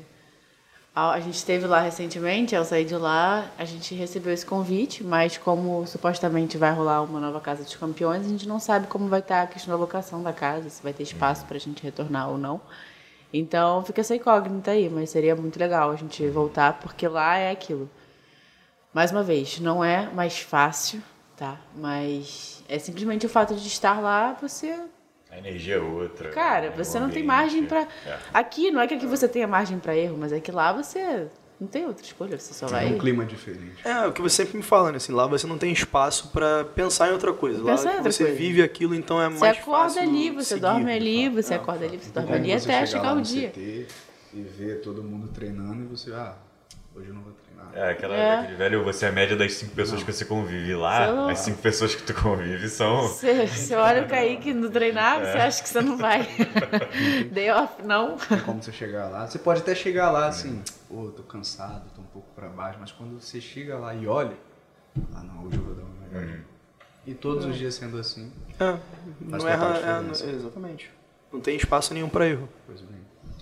a a gente esteve lá recentemente, ao sair de lá, a gente recebeu esse convite, mas como supostamente vai rolar uma nova Casa dos Campeões, a gente não sabe como vai estar a questão da locação da casa, se vai ter espaço para a gente retornar ou não. Então fica essa incógnita aí, mas seria muito legal a gente voltar, porque lá é aquilo. Mais uma vez, não é mais fácil, tá? Mas é simplesmente o fato de estar lá, você... A energia é outra. Cara, o você não tem ambiente. margem pra... É. Aqui, não é que aqui você tenha margem pra erro, mas é que lá você não tem outra escolha, você só É vai... um clima diferente. É, o que você sempre me fala, né? Assim, lá você não tem espaço pra pensar em outra coisa. Lá Pensar em outra você coisa. vive aquilo, então é Você mais acorda fácil ali, você seguir, dorme de ali, fato. você É. acorda ali, você Então, dorme ali como você até chegar chegar lá o no dia. C T e ver todo mundo treinando e você, ah, hoje eu não vou treinar. É, aquela, É. aquele velho, você é a média das cinco pessoas que você convive lá, São- as cinco pessoas que tu convive são... Você, você olha o Kaique no treinar, você acha que você não vai. Day off, não. Tem como você chegar lá. Você pode até chegar lá assim, pô, tô cansado, tô um pouco pra baixo, mas quando você chega lá e olha, ah não, hoje eu vou dar uma melhor. E todos os dias sendo assim, É, Faz não erra, total é, diferença. não- exatamente. Não tem espaço nenhum pra erro. pois bem.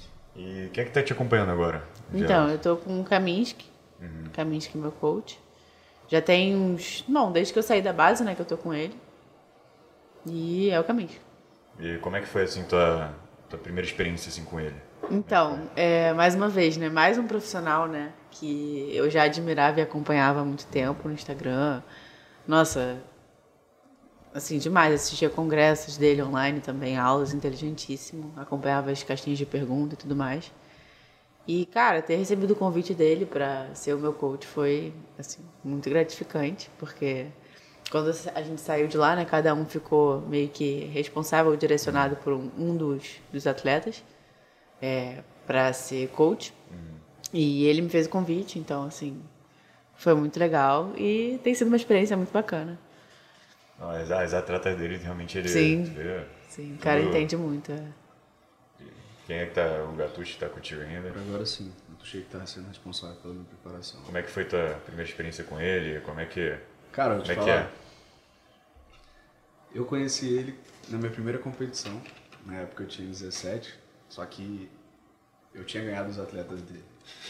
E quem é que tá te acompanhando agora? Então, eu tô com o Kaminsky, Kaminsky, meu coach. Já tem uns... Não, desde que eu saí da base, né, que eu tô com ele. E é o Kaminsky. E como é que foi, assim, tua, tua primeira experiência, assim, com ele? Então, é, mais uma vez, né? Mais um profissional, né? Que eu já admirava e acompanhava há muito tempo no Instagram. Nossa, assim, demais. Assistia congressos dele online também, aulas, inteligentíssimo. Acompanhava as caixinhas de pergunta e tudo mais. E, cara, ter recebido o convite dele para ser o meu coach foi, assim, muito gratificante, porque quando a gente saiu de lá, né, cada um ficou meio que responsável, direcionado por um, um dos, dos atletas é, para ser coach. E ele me fez o convite, então, assim, foi muito legal e tem sido uma experiência muito bacana. Não, as, as atletas dele, realmente, ele... Sim. vê Sim, o cara tudo- entende muito. É. Quem é que tá... O Gattucci tá contigo ainda? Por agora sim, eu achei que tava sendo responsável pela minha preparação. Como é que foi tua primeira experiência com ele? Como é que... Cara, eu Como te é que falar, é? eu conheci ele na minha primeira competição, na época eu tinha dezessete, só que eu tinha ganhado os atletas dele.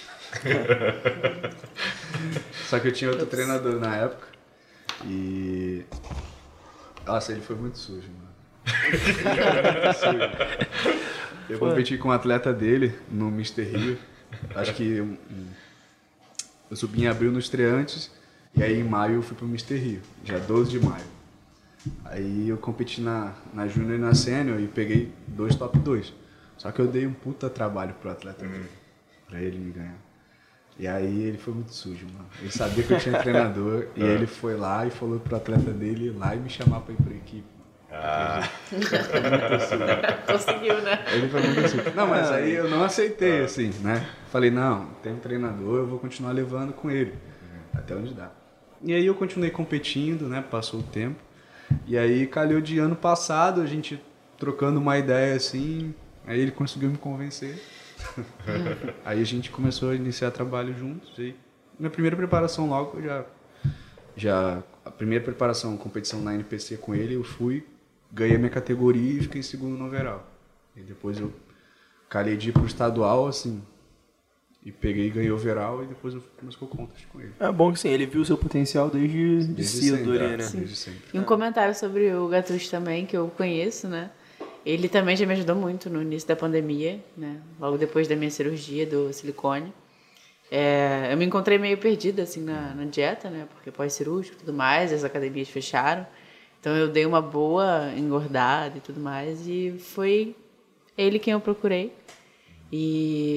Só que eu tinha outro treinador na época e... Nossa, ele foi muito sujo, mano. Muito sujo. Eu competi com um atleta dele no mister Rio. Acho que um, um, eu subi em abril nos estreantes e aí em maio eu fui pro mister Rio, dia doze de maio. Aí eu competi na, na Júnior e na Sênior e peguei dois top dois. Só que eu dei um puta trabalho pro atleta dele, pra ele me ganhar. E aí ele foi muito sujo, mano. Ele sabia que eu tinha treinador e ele foi lá e falou pro atleta dele ir lá e me chamar pra ir pra equipe. Ah, Conseguiu, né? Ele foi muito assim. Não, mas aí eu não aceitei, assim, né? Falei, não, tem um treinador, eu vou continuar levando com ele. Até onde dá. E aí eu continuei competindo, né? Passou o tempo. E aí calhou de ano passado, a gente trocando uma ideia assim, aí ele conseguiu me convencer. Aí a gente começou a iniciar trabalho juntos. E na primeira preparação logo, eu já, já... A primeira preparação, competição na N P C com ele, eu fui, ganhei a minha categoria e fiquei em segundo no overall. E depois eu calhei de ir pro estadual, assim, e peguei e ganhei o overall e depois eu fui para o contest com ele. É bom que sim, ele viu o seu potencial desde, de Desde cedo sempre, ali, é, né? Desde sempre. E um comentário sobre o Gattucci também, que eu conheço, né? Ele também já me ajudou muito no início da pandemia, né? Logo depois da minha cirurgia do silicone. É, eu me encontrei meio perdida, assim, na, na dieta, né? Porque pós-cirúrgico e tudo mais, as academias fecharam. Então eu dei uma boa engordada e tudo mais. E foi ele quem eu procurei. E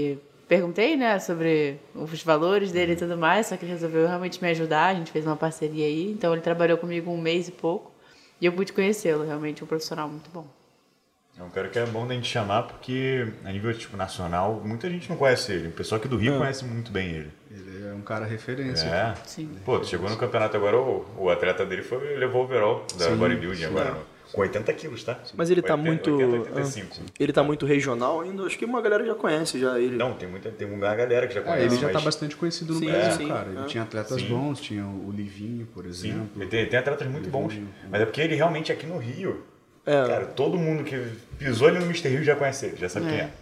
perguntei, né, sobre os valores dele e tudo mais, só que ele resolveu realmente me ajudar, a gente fez uma parceria aí, então ele trabalhou comigo um mês e pouco, e eu pude conhecê-lo, realmente um profissional muito bom. É um cara que é bom da gente chamar porque, a nível tipo, nacional, muita gente não conhece ele. O pessoal aqui do Rio É. conhece muito bem ele. Ele é um cara referência. É. Sim. Pô, chegou no campeonato agora, o, o atleta dele foi, levou o overall da Sim, bodybuilding sim. agora, É. no- com oitenta quilos, tá? Mas ele tá oitenta, muito. oitenta, oitenta e cinco. Ele tá muito regional ainda. Acho que uma galera já conhece já ele. Não, tem muita tem uma galera que já É, conhece. ele já mas... tá bastante conhecido no Sim, Brasil, sim, cara. Ele é. tinha atletas Sim. bons, tinha o Livinho, por Sim, exemplo. ele tem, tem atletas muito bons. Mas é porque ele realmente aqui no Rio, É. cara, todo mundo que pisou ali no mister Rio já conhece ele, já sabe É. quem é.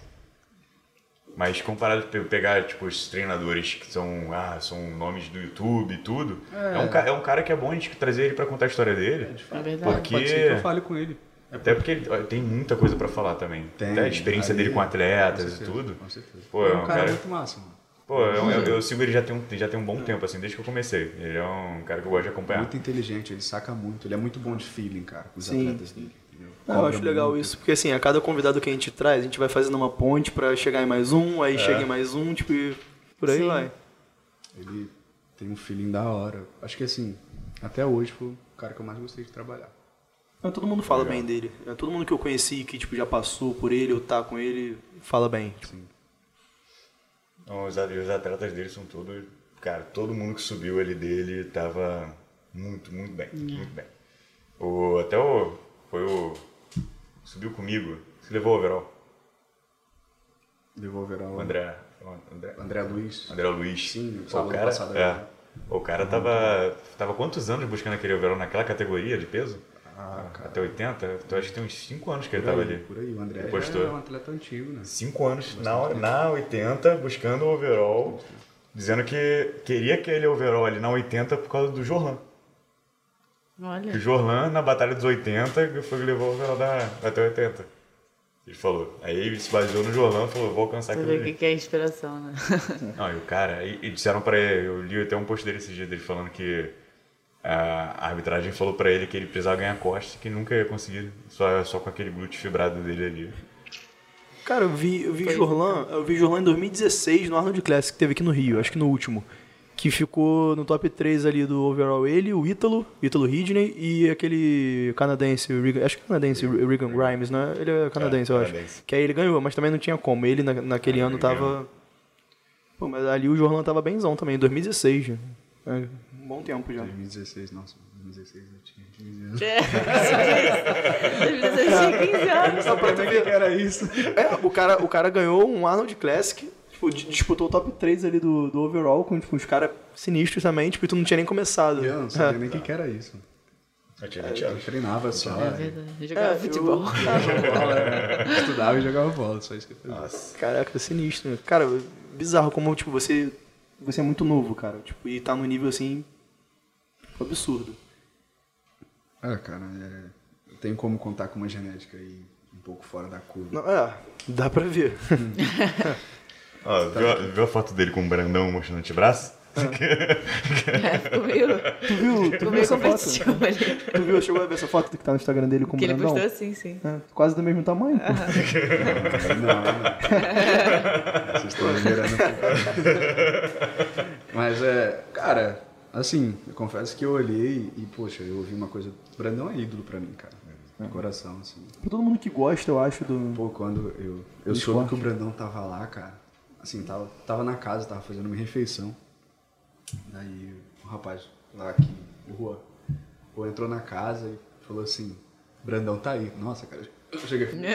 Mas comparado a pegar, tipo, os treinadores que são, ah, são nomes do YouTube e tudo, é. um, ca- é um cara que é bom a gente trazer ele pra contar a história dele. É verdade. Porque- Pode ser que eu fale com ele. Até porque ele ó, tem muita coisa pra falar também. Tem. Até a experiência Aí, dele com com atletas e certeza, tudo. Com certeza. Pô, é é um um cara cara- muito massa, mano. Pô, eu, eu, eu sigo ele já tem, um, já tem um bom tempo, assim, desde que eu comecei. Ele é um cara que eu gosto de acompanhar. Muito inteligente, ele saca muito. Ele é muito bom de feeling, cara, com os Sim. atletas dele. entendeu? Não, eu Cobra acho legal muito. isso, porque assim, a cada convidado que a gente traz, a gente vai fazendo uma ponte pra chegar em mais um, aí É. chega em mais um, tipo, e por aí Sim. vai. Ele tem um feeling da hora. Acho que assim, até hoje foi o cara que eu mais gostei de trabalhar. Não, todo mundo fala Legal. bem dele. É, todo mundo que eu conheci, que tipo, já passou por ele ou tá com ele, fala bem. Assim, Então, os, os atletas dele são todos... Cara, todo mundo que subiu ali dele tava muito, muito bem. Muito bem. O, até o... Foi o... Subiu comigo. Se levou o overall. devolverá O o André... o André, André Luiz. André Luiz. Sim, o falou cara, passado é, agora. o cara tava, tava quantos anos buscando aquele overall naquela categoria de peso? Ah, cara. Até oitenta? Eu acho que tem uns cinco anos que ele Por tava aí, ali. por aí. O André Ele postou. é um atleta antigo, né? Cinco anos na, na oitenta, buscando o overall, dizendo que queria aquele overall ali na oitenta por causa do Jorlan. Que o Olha, Jorlan, na batalha dos oitenta, que foi que levou o overall da, até oitenta. Ele falou. Aí ele se baseou no Jorlan e falou, vou alcançar você aquilo vê o ali. que que é inspiração, né? Não, e o cara, e, e disseram pra ele, eu li até um post dele esse dia dele falando que a arbitragem falou pra ele que ele precisava ganhar costas, que nunca ia conseguir, só, só com aquele glúteo fibrado dele ali. Cara, eu vi, eu vi Foi Jorlan, eu vi Jorlan em dois mil e dezesseis no Arnold Classic, que teve aqui no Rio, acho que no último. Que ficou no top três ali do overall ele, o Ítalo, Ítalo Ridney e aquele canadense, o Regan, acho que é canadense, o Regan Grimes, né? Ele é canadense, É, eu acho. canadense. Que aí ele ganhou, mas também não tinha como. Ele na, naquele Ah, ano ele tava. ganhou. Pô, mas ali o Jorlan tava benzão também, em dois mil e dezesseis. Já. É, um bom tempo já. dois mil e dezesseis, nossa, dois mil e dezesseis eu tinha quinze anos. É, você tinha quinze anos. Só pra tu Como é ver. que era isso? É, o cara, o cara ganhou um Arnold Classic, tipo, di- disputou o top três ali do, do overall com tipo, uns caras sinistros também, tipo, e tu não tinha nem começado. Eu não sabia nem o que, que era isso. Eu tinha vinte Eu anos. treinava só, É é, verdade. Eu jogava É, futebol. bola, estudava e jogava bola, só isso que eu fazia. Nossa. Caraca, sinistro. Né? Cara, bizarro como, tipo, você, você é muito novo, cara. Tipo, e tá num nível, assim, absurdo. Ah, cara, é, eu tenho como contar com uma genética aí um pouco fora da curva. Não, é, dá pra ver. Ó, viu, a, viu a foto dele com o Brandão mostrando o antebraço? É, ficou meio, Tu viu, tu ficou viu meio essa foto? competitivo ali. Tu viu, chegou a ver essa foto que tá no Instagram dele com o Que ele Brandão? postou assim, sim. É, quase do mesmo tamanho, pô. Não, não. Vocês estão liberando. Mas é, cara, assim, eu confesso que eu olhei e, poxa, eu ouvi uma coisa. Brandão é ídolo pra mim, cara. De coração, assim. Pra todo mundo que gosta, eu acho, do... Pô, quando eu, eu Do soube esporte. que o Brandão tava lá, cara, assim, tava, tava na casa, tava fazendo uma refeição. Daí o rapaz lá aqui, o Juan, pô, entrou na casa e falou assim, Brandão tá aí. Nossa, cara, eu cheguei aqui.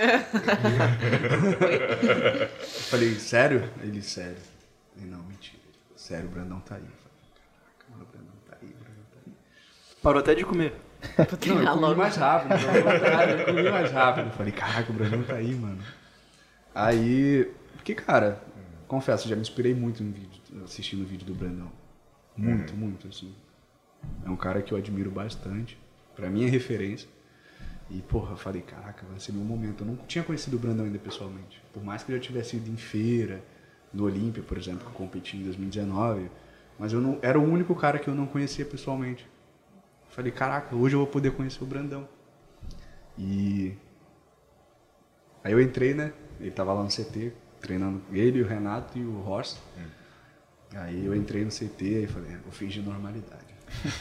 Eu falei, sério? Ele, sério. Ele, não, mentira. Ele falou, sério, o Brandão tá aí. Eu falei, caraca, mano, o Brandão tá aí, o Brandão tá aí. Parou até de comer. Vou Não, eu treinar comi logo. mais rápido, pelo contrário, eu comi mais rápido. Eu falei, caraca, o Brandão tá aí, mano. Aí, porque, cara, confesso, já me inspirei muito no vídeo, assistindo o vídeo do Brandão. Muito, muito, assim. É um cara que eu admiro bastante. Pra mim é referência. E, porra, eu falei, caraca, vai ser meu momento. Eu não tinha conhecido o Brandão ainda pessoalmente. Por mais que eu já tivesse ido em feira, no Olímpia, por exemplo, que eu competi em dois mil e dezenove. Mas eu não, era o único cara que eu não conhecia pessoalmente. Falei, caraca, hoje eu vou poder conhecer o Brandão. E aí eu entrei, né? Ele tava lá no C T, treinando ele, o Renato e o Horst. Hum. Aí eu entrei no C T e falei, vou fingir normalidade.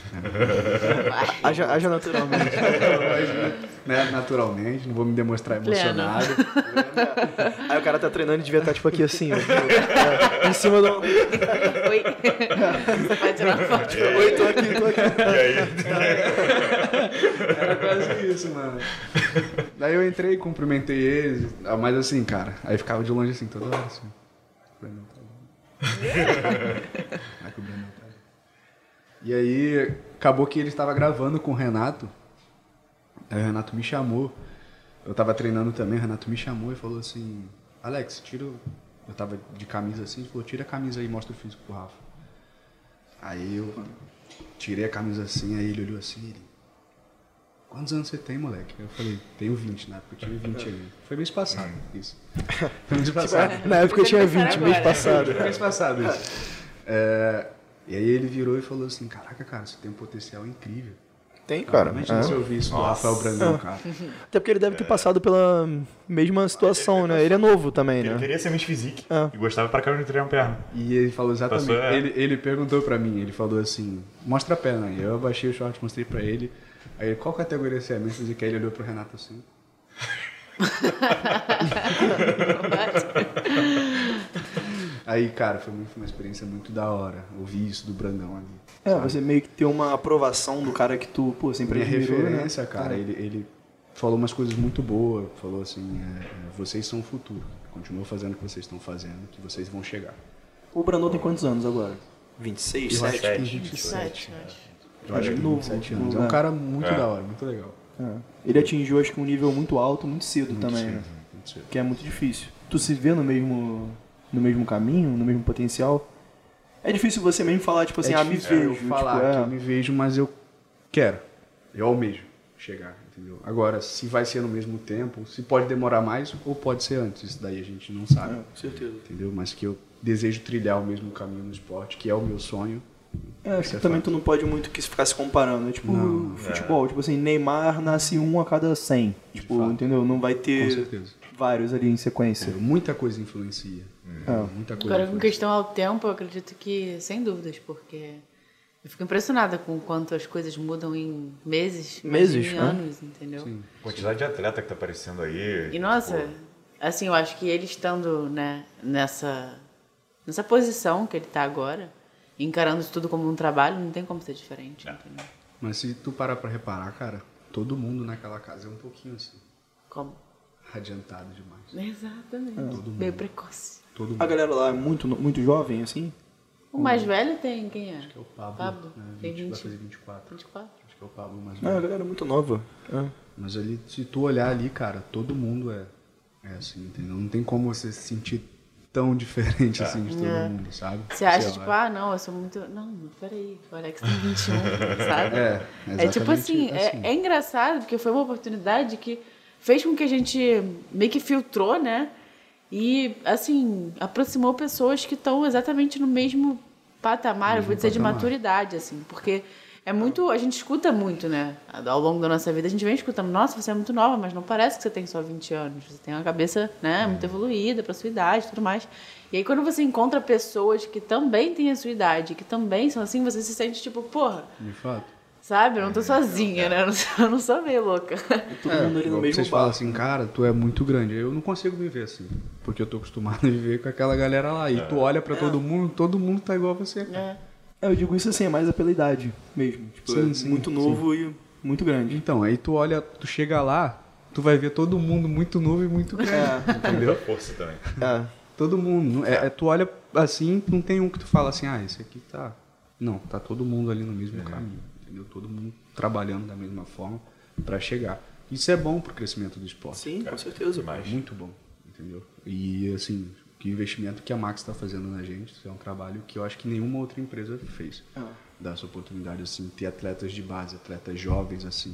haja, haja naturalmente. né, naturalmente, não vou me demonstrar emocionado. Aí o cara tá treinando e devia estar tipo aqui assim, ó, é, em cima do... Oi. Você pode tirar uma foto? Oi, tô aqui, tô aqui. E aí? Era quase isso, mano. Daí eu entrei, cumprimentei eles, mas assim, cara, aí ficava de longe assim, toda hora assim. Vai que o Breno tá. E aí, acabou que ele estava gravando com o Renato. Aí o Renato me chamou. Eu tava treinando também, o Renato me chamou e falou assim, Alex, tira... O... Eu tava de camisa assim, ele falou, tira a camisa aí e mostra o físico pro Rafa. Aí eu tirei a camisa assim, aí ele olhou assim, ele... Quantos anos você tem, moleque? Eu falei, tenho vinte, na época eu tive vinte ali. Foi mês passado, isso. Foi mês passado. Na época eu tinha vinte, mês passado. Foi mês passado, isso. É... E aí ele virou e falou assim, caraca, cara, você tem um potencial incrível. Tem, cara. Imagina é. se eu ouvir isso do Rafael Brandão, cara. Até porque ele deve ter passado pela mesma situação, né? Ele é novo também, Ele né? queria ser Miss Physique É. e gostava pra caramba de treinar perna. E ele falou exatamente, Passou, é. ele, ele perguntou pra mim, ele falou assim, mostra a perna aí. Eu abaixei o short, mostrei pra ele. Aí, qual categoria você é? Miss Physique? Aí ele olhou pro Renato assim. Aí, cara, foi uma experiência muito da hora. Ouvir isso do Brandão ali. É, sabe? você meio que ter uma aprovação do cara que tu, pô, sempre Minha admirou, referência, né? cara, É. ele, ele falou umas coisas muito boas. Falou assim, é, é, vocês são o futuro. Continuam fazendo o que vocês estão fazendo, que vocês vão chegar. O Brandão tem quantos anos agora? vinte e seis, Eu acho que tem sete, vinte e sete. Sete, eu acho. Eu acho que tem Novo, vinte e sete anos. É novo, um é. cara muito É. da hora, muito legal. É. Ele atingiu, acho que um nível muito alto, muito cedo Muito também, cedo, né? muito cedo. Que é muito difícil. Tu se vê no mesmo, no mesmo caminho, no mesmo potencial? É difícil você mesmo falar, tipo assim, É ah, me difícil vejo. eu falar tipo, é. que eu me vejo, mas eu quero. Eu almejo chegar, entendeu? Agora, se vai ser no mesmo tempo, se pode demorar mais ou pode ser antes, isso daí a gente não sabe. É, com certeza. Entendeu? Mas que eu desejo trilhar o mesmo caminho no esporte, que é o meu sonho. É, acho Isso que é também fato. tu não pode muito que ficar se comparando. É tipo Não, futebol, tipo assim, Neymar nasce um a cada cem. Tipo, fato. entendeu? Não vai Com ter certeza. vários ali em sequência. Muita coisa influencia. É. Muita coisa Agora, com influencia. questão ao tempo, eu acredito que, sem dúvidas, porque eu fico impressionada com o quanto as coisas mudam em meses, mas Meses, em né? anos, entendeu? Sim. A quantidade de atleta que tá aparecendo aí. E, nossa, pô, assim, eu acho que ele estando, né, nessa, nessa posição que ele tá agora, encarando isso tudo como um trabalho, não tem como ser diferente, É. entendeu? Mas se tu parar pra reparar, cara, todo mundo naquela casa é um pouquinho assim, Como? adiantado demais. Exatamente. Todo Meio mundo. precoce. Todo mundo. A galera lá é muito, muito jovem, assim? O mais velho tem quem é? Acho que é o Pablo. Pablo, né? tem vinte, vai vinte. fazer vinte e quatro. vinte e quatro. Acho que é o Pablo mais Ah, a velho. galera é muito nova. É. Mas ali, se tu olhar ali, cara, todo mundo é, é assim, entendeu? Não tem como você se sentir tão diferente assim de todo É. mundo, sabe? Você acha, Sei tipo, lá. ah, não, eu sou muito... Não, mas peraí, o Alex tem vinte e um, sabe? É, É tipo assim, exatamente é, assim. é engraçado, porque foi uma oportunidade que fez com que a gente meio que filtrou, né? E, assim, aproximou pessoas que estão exatamente no mesmo patamar, eu vou dizer, de patamar. maturidade, assim. Porque é muito... A gente escuta muito, né? Ao longo da nossa vida, a gente vem escutando, nossa, você é muito nova, mas não parece que você tem só vinte anos. Você tem uma cabeça, né, muito evoluída para sua idade e tudo mais. E aí, quando você encontra pessoas que também têm a sua idade, que também são assim, você se sente tipo, porra... De fato. Sabe? Eu não tô sozinha, né? Eu não sou, eu não sou meio louca. Todo mundo ali no igual mesmo vocês falam barco. assim, cara, tu é muito grande. Eu não consigo viver assim, porque eu tô acostumado a viver com aquela galera lá. E tu olha pra todo mundo, todo mundo tá igual a você. cara. É. É, eu digo isso assim, é mais pela idade mesmo. Tipo, Sim, é sim, muito novo e muito grande. Então, aí tu olha, tu chega lá, tu vai ver todo mundo muito novo e muito grande. É. Entendeu? Força também. É. Todo mundo. É, é, tu olha assim, não tem um que tu fala assim, ah, esse aqui tá... Não, tá todo mundo ali no mesmo caminho, entendeu? Todo mundo trabalhando da mesma forma pra chegar. Isso é bom pro crescimento do esporte. Sim, com certeza. Demais. Muito bom, entendeu? E, assim, que investimento que a Max está fazendo na gente, isso é um trabalho que eu acho que nenhuma outra empresa fez. Ah. Dar essa oportunidade, assim, ter atletas de base, atletas jovens, assim.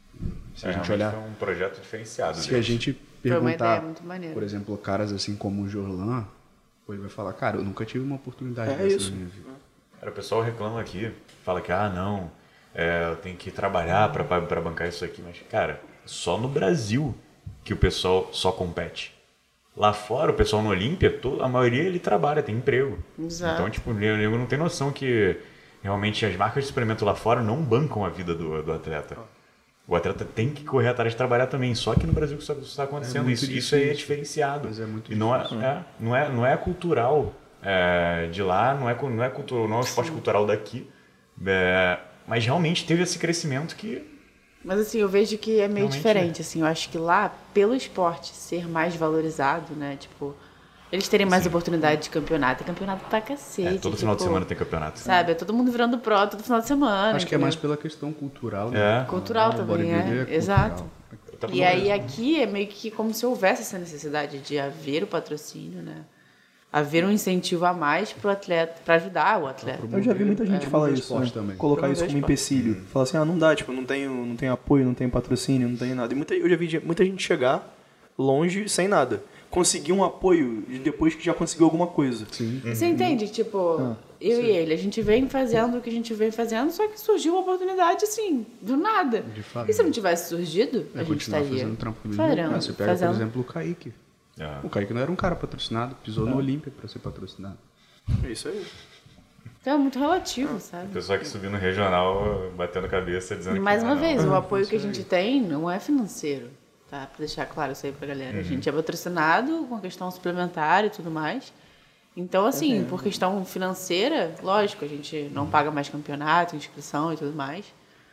Se a É, gente realmente olhar... foi um projeto diferenciado. Se a deles. gente Foi uma ideia perguntar, muito maneira. por exemplo, caras assim como o Jorlan, pô, ele vai falar, cara, eu nunca tive uma oportunidade É dessa isso. na minha vida. Cara, o pessoal reclama aqui, fala que, ah, não, é, eu tenho que trabalhar pra, pra, pra bancar isso aqui. Mas, cara, só no Brasil que o pessoal só compete. Lá fora, o pessoal no Olímpia, to- a maioria ele trabalha, tem emprego. Exato. Então, tipo, o nego não tem noção que realmente as marcas de suplemento lá fora não bancam a vida do, do atleta. O atleta tem que correr atrás de trabalhar também. Só que no Brasil que isso está acontecendo. muito isso, isso difícil. aí é diferenciado. Mas é muito e não é, difícil. é, não é, não é cultural é, de lá, não é, cu- não é cultural, não é um esporte cultural daqui. É, mas realmente teve esse crescimento que Mas assim, eu vejo que é meio Realmente diferente, assim, eu acho que lá, pelo esporte ser mais valorizado, né, tipo, eles terem mais oportunidade de campeonato, e campeonato pra cacete. é, todo final de tipo, semana tem campeonato. Sabe, é todo mundo virando pró todo final de semana. Acho que é entendeu? mais pela questão cultural, né? É. Cultural O também, bodybuilder é, cultural. exato. Tá E bom, aí né? aqui é meio que como se houvesse essa necessidade de haver o patrocínio, né? Haver um incentivo a mais pro atleta, pra ajudar o atleta. Eu já vi muita gente falar promover isso, esporte né? também. Colocar Promover isso como esporte. empecilho. Falar assim, ah, não dá, tipo, não tenho, não tenho apoio, não tenho patrocínio, não tenho nada. E muita, eu já vi de- muita gente chegar longe sem nada. Conseguir um apoio depois que já conseguiu alguma coisa. Sim. Você entende? Tipo, Ah, eu e ele, a gente vem fazendo o que a gente vem fazendo, só que surgiu uma oportunidade assim, do nada. De fato. E se não tivesse surgido, a É gente continuar estaria fazendo trampo do fazendo, mesmo. Ah, você pega, fazendo. por exemplo, o Kaique. É. O Kaique não era um cara patrocinado, pisou no Olímpia pra ser patrocinado. É isso aí. Então é muito relativo, O sabe? pessoal que subiu no regional batendo cabeça dizendo E mais que uma ah, não. vez, o apoio que a gente tem não é financeiro, tá? Pra deixar claro isso aí pra galera. A gente é patrocinado com a questão suplementar e tudo mais. Então, assim, por questão financeira, lógico, a gente não paga mais campeonato, inscrição e tudo mais.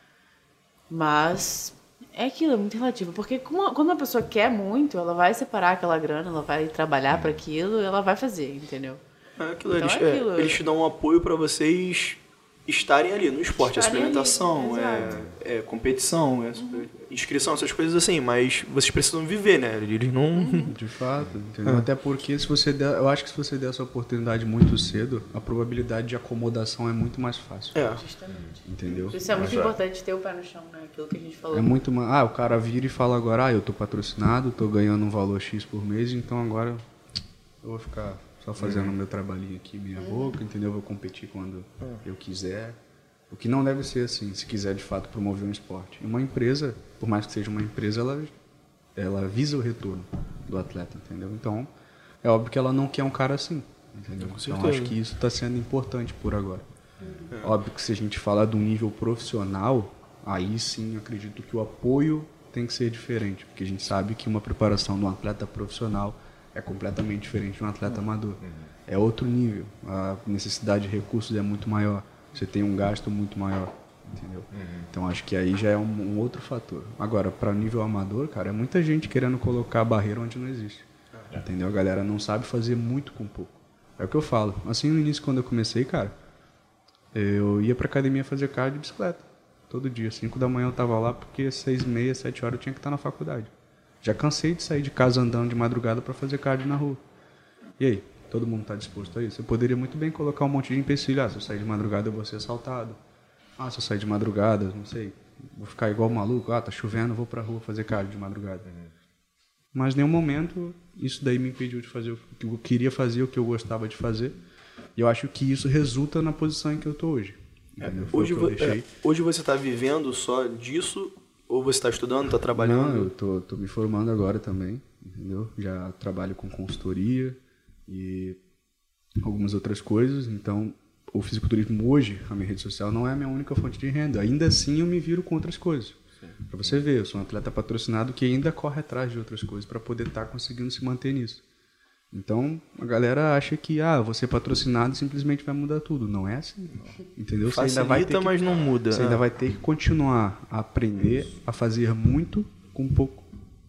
Mas é aquilo, é muito relativo. Porque como- quando uma pessoa quer muito, ela vai separar aquela grana, ela vai trabalhar pra aquilo, ela vai fazer, entendeu? É aquilo, Então eles, é é, aquilo. eles te dão um apoio pra vocês estarem ali no esporte. É Estarem ali, suplementação, exato. é, é competição, é inscrição, essas coisas assim. Mas vocês precisam viver, né? Eles não... De fato, entendeu? Até porque se você der, eu acho que se você der essa oportunidade muito cedo, a probabilidade de acomodação é muito mais fácil. É. Justamente. Entendeu? Isso é muito Mas é. importante ter o pé no chão, né? Aquilo que a gente falou. É muito mais. Ah, o cara vira e fala agora, ah, eu tô patrocinado, tô ganhando um valor X por mês, então agora eu vou ficar só fazendo o meu trabalhinho aqui, minha boca, entendeu? Eu vou competir quando eu quiser. O que não deve ser assim, se quiser de fato promover um esporte. E uma empresa, por mais que seja uma empresa, ela, ela visa o retorno do atleta, entendeu? Então, é óbvio que ela não quer um cara assim, entendeu? Então, certeza. acho que isso está sendo importante por agora. Óbvio que se a gente falar de um nível profissional, aí sim acredito que o apoio tem que ser diferente, porque a gente sabe que uma preparação de um atleta profissional é completamente diferente de um atleta amador. É outro nível, a necessidade de recursos é muito maior, você tem um gasto muito maior, entendeu? Então acho que aí já é um, um outro fator. Agora, para nível amador, cara, é muita gente querendo colocar barreira onde não existe, entendeu? A galera não sabe fazer muito com pouco. É o que eu falo. Assim, no início, quando eu comecei, cara, eu ia pra academia fazer cardio de bicicleta. Todo dia. cinco da manhã eu tava lá porque seis e meia, sete horas eu tinha que estar na faculdade. Já cansei de sair de casa andando de madrugada pra fazer cardio na rua. E aí? Todo mundo tá disposto a isso? Eu poderia muito bem colocar um monte de empecilho. Ah, se eu sair de madrugada eu vou ser assaltado. Ah, se eu sair de madrugada, não sei, vou ficar igual maluco. Ah, tá chovendo, eu vou pra rua fazer cardio de madrugada. Mas em nenhum momento isso daí me impediu de fazer o que eu queria fazer, o que eu gostava de fazer. E eu acho que isso resulta na posição em que eu tô hoje. Entendeu? Foi Hoje, o que eu vo- deixei. é, hoje você tá vivendo só disso? Ou você tá estudando, tá trabalhando? Não, eu tô, tô me formando agora também, entendeu? Já trabalho com consultoria e algumas outras coisas. Então, o fisiculturismo hoje, a minha rede social, não é a minha única fonte de renda. Ainda assim, eu me viro com outras coisas. Para você ver, eu sou um atleta patrocinado que ainda corre atrás de outras coisas para poder estar conseguindo se manter nisso. Então, a galera acha que, ah, você patrocinado simplesmente vai mudar tudo. Não é assim, entendeu? Você ainda vai ter Facilita, que, mas não muda. você É. ainda vai ter que continuar a aprender a fazer muito com pouco.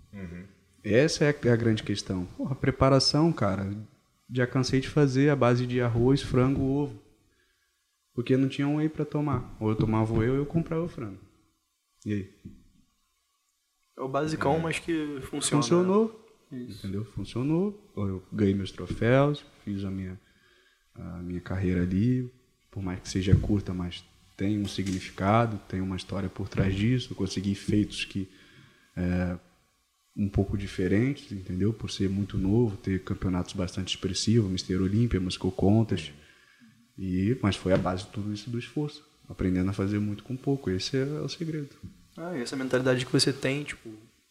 Essa é a, é a grande questão. Porra, preparação, cara, já cansei de fazer a base de arroz, frango, ovo. Porque não tinha um whey para tomar. Ou eu tomava o whey ou eu comprava o frango. E aí? É o basicão, mas que funciona. Funcionou. Entendeu? Funcionou. Eu ganhei meus troféus, fiz a minha, a minha carreira ali. Por mais que seja curta, mas tem um significado, tem uma história por trás disso. Eu consegui feitos que é, um pouco diferentes, entendeu? Por ser muito novo, ter campeonatos bastante expressivos, mister Olímpia, Moscow Contest. E, mas foi a base de tudo isso do esforço. Aprendendo a fazer muito com pouco. Esse é o segredo. Ah, e essa mentalidade que você tem, tipo,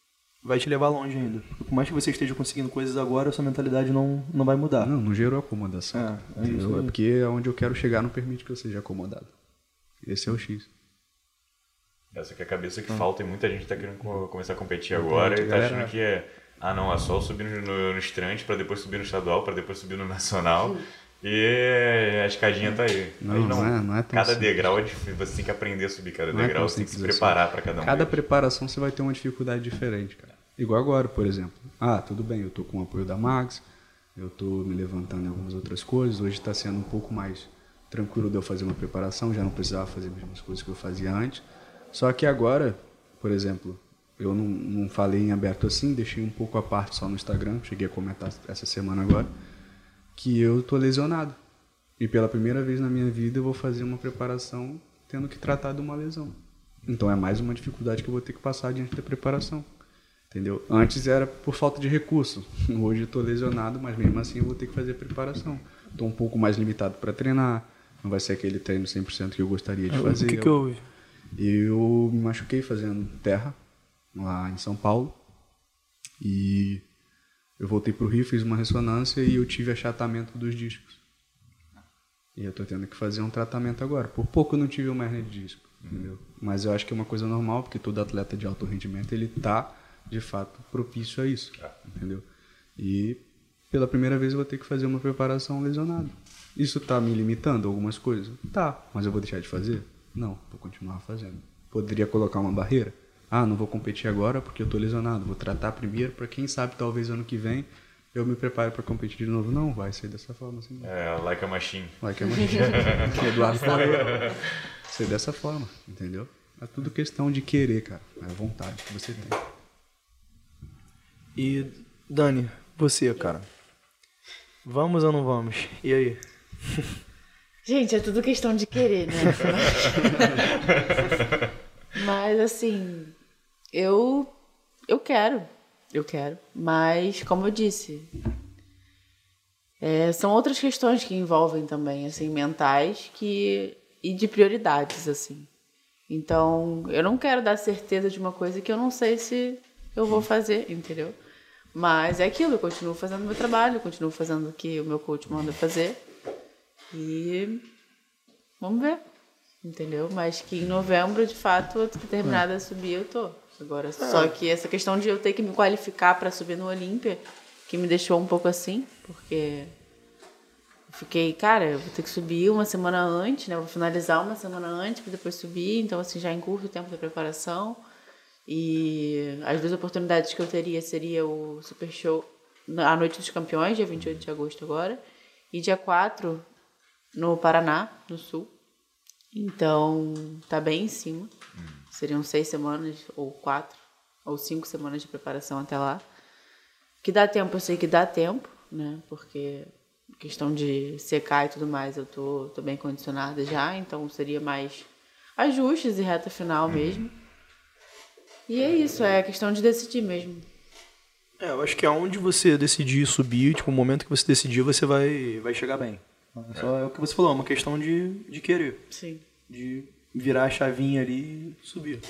vai te levar longe ainda. Porque por mais que você esteja conseguindo coisas agora, a sua mentalidade não, não vai mudar. Não, não gerou acomodação. É, é entendeu? isso aí. É porque onde eu quero chegar não permite que eu seja acomodado. Esse é o X. Essa que é a cabeça que falta e muita gente tá querendo co- começar a competir agora e tá galera- achando que é, ah não, é só subir no, no, no estreante pra depois subir no estadual, pra depois subir no nacional e a escadinha tá aí. Não, Mas não é- não é tão cada simples. degrau é difícil, você tem que aprender a subir cada Não é degrau, tão você tem que se simples assim. preparar pra cada um. Cada deles. preparação você vai ter uma dificuldade diferente, cara. Igual agora, por exemplo. Ah, tudo bem, eu tô com o apoio da Max, eu tô me levantando em algumas outras coisas. Hoje tá sendo um pouco mais tranquilo de eu fazer uma preparação, já não precisava fazer as mesmas coisas que eu fazia antes. Só que agora, por exemplo, eu não, não falei em aberto assim, deixei um pouco à parte só no Instagram, cheguei a comentar essa semana agora, que eu tô lesionado. E pela primeira vez na minha vida eu vou fazer uma preparação tendo que tratar de uma lesão. Então é mais uma dificuldade que eu vou ter que passar diante da preparação. Entendeu? Antes era por falta de recurso. Hoje eu tô lesionado, mas mesmo assim eu vou ter que fazer a preparação. Tô um pouco mais limitado para treinar. Não vai ser aquele treino cem por cento que eu gostaria de fazer. O que que houve? Eu me machuquei fazendo terra lá em São Paulo. E eu voltei pro Rio, fiz uma ressonância e eu tive achatamento dos discos. E eu tô tendo que fazer um tratamento agora. Por pouco eu não tive uma hernia de disco, entendeu? Mas eu acho que é uma coisa normal, porque todo atleta de alto rendimento, ele tá, de fato, propício a isso, entendeu? E pela primeira vez eu vou ter que fazer uma preparação lesionado. Isso tá me limitando a algumas coisas? Tá, mas eu vou deixar de fazer? Não, vou continuar fazendo. Poderia colocar uma barreira? Ah, não vou competir agora porque eu tô lesionado. Vou tratar primeiro para quem sabe talvez ano que vem eu me prepare para competir de novo. Não, vai ser dessa forma assim. É, like a machine. Like a machine. Eduardo falou. Ser dessa forma, entendeu? É tudo questão de querer, cara. É a vontade que você tem. E, Dani, você, cara. Vamos ou não vamos? E aí? Gente, é tudo questão de querer, né? Mas, assim, eu, eu quero. Eu quero. Mas, como eu disse, é, são outras questões que envolvem também, assim, mentais que, e de prioridades, assim. Então, eu não quero dar certeza de uma coisa que eu não sei se eu vou fazer, entendeu? Mas é aquilo, eu continuo fazendo o meu trabalho, eu continuo fazendo o que o meu coach manda fazer. E vamos ver, entendeu? Mas que em novembro, de fato, eu tô determinada a subir, eu tô. Agora, só que essa questão de eu ter que me qualificar para subir no Olímpia, que me deixou um pouco assim, porque eu fiquei, cara, eu vou ter que subir uma semana antes, né? Eu vou finalizar uma semana antes para depois subir, então assim, já encurto o tempo da preparação. E as duas oportunidades que eu teria seria o Super Show à Noite dos Campeões, dia vinte e oito de agosto agora, e dia quatro no Paraná, no Sul. Então, tá bem em cima. Seriam seis semanas, ou quatro, ou cinco semanas de preparação até lá. Que dá tempo, eu sei que dá tempo, né? Porque questão de secar e tudo mais, eu tô, tô bem condicionada já, então seria mais ajustes e reta final mesmo. E é isso, é questão de decidir mesmo. É, eu acho que aonde você decidir subir, tipo, o momento que você decidir, você vai, vai chegar bem. É só é o que você falou, é uma questão de, de querer. Sim. De virar a chavinha ali e subir.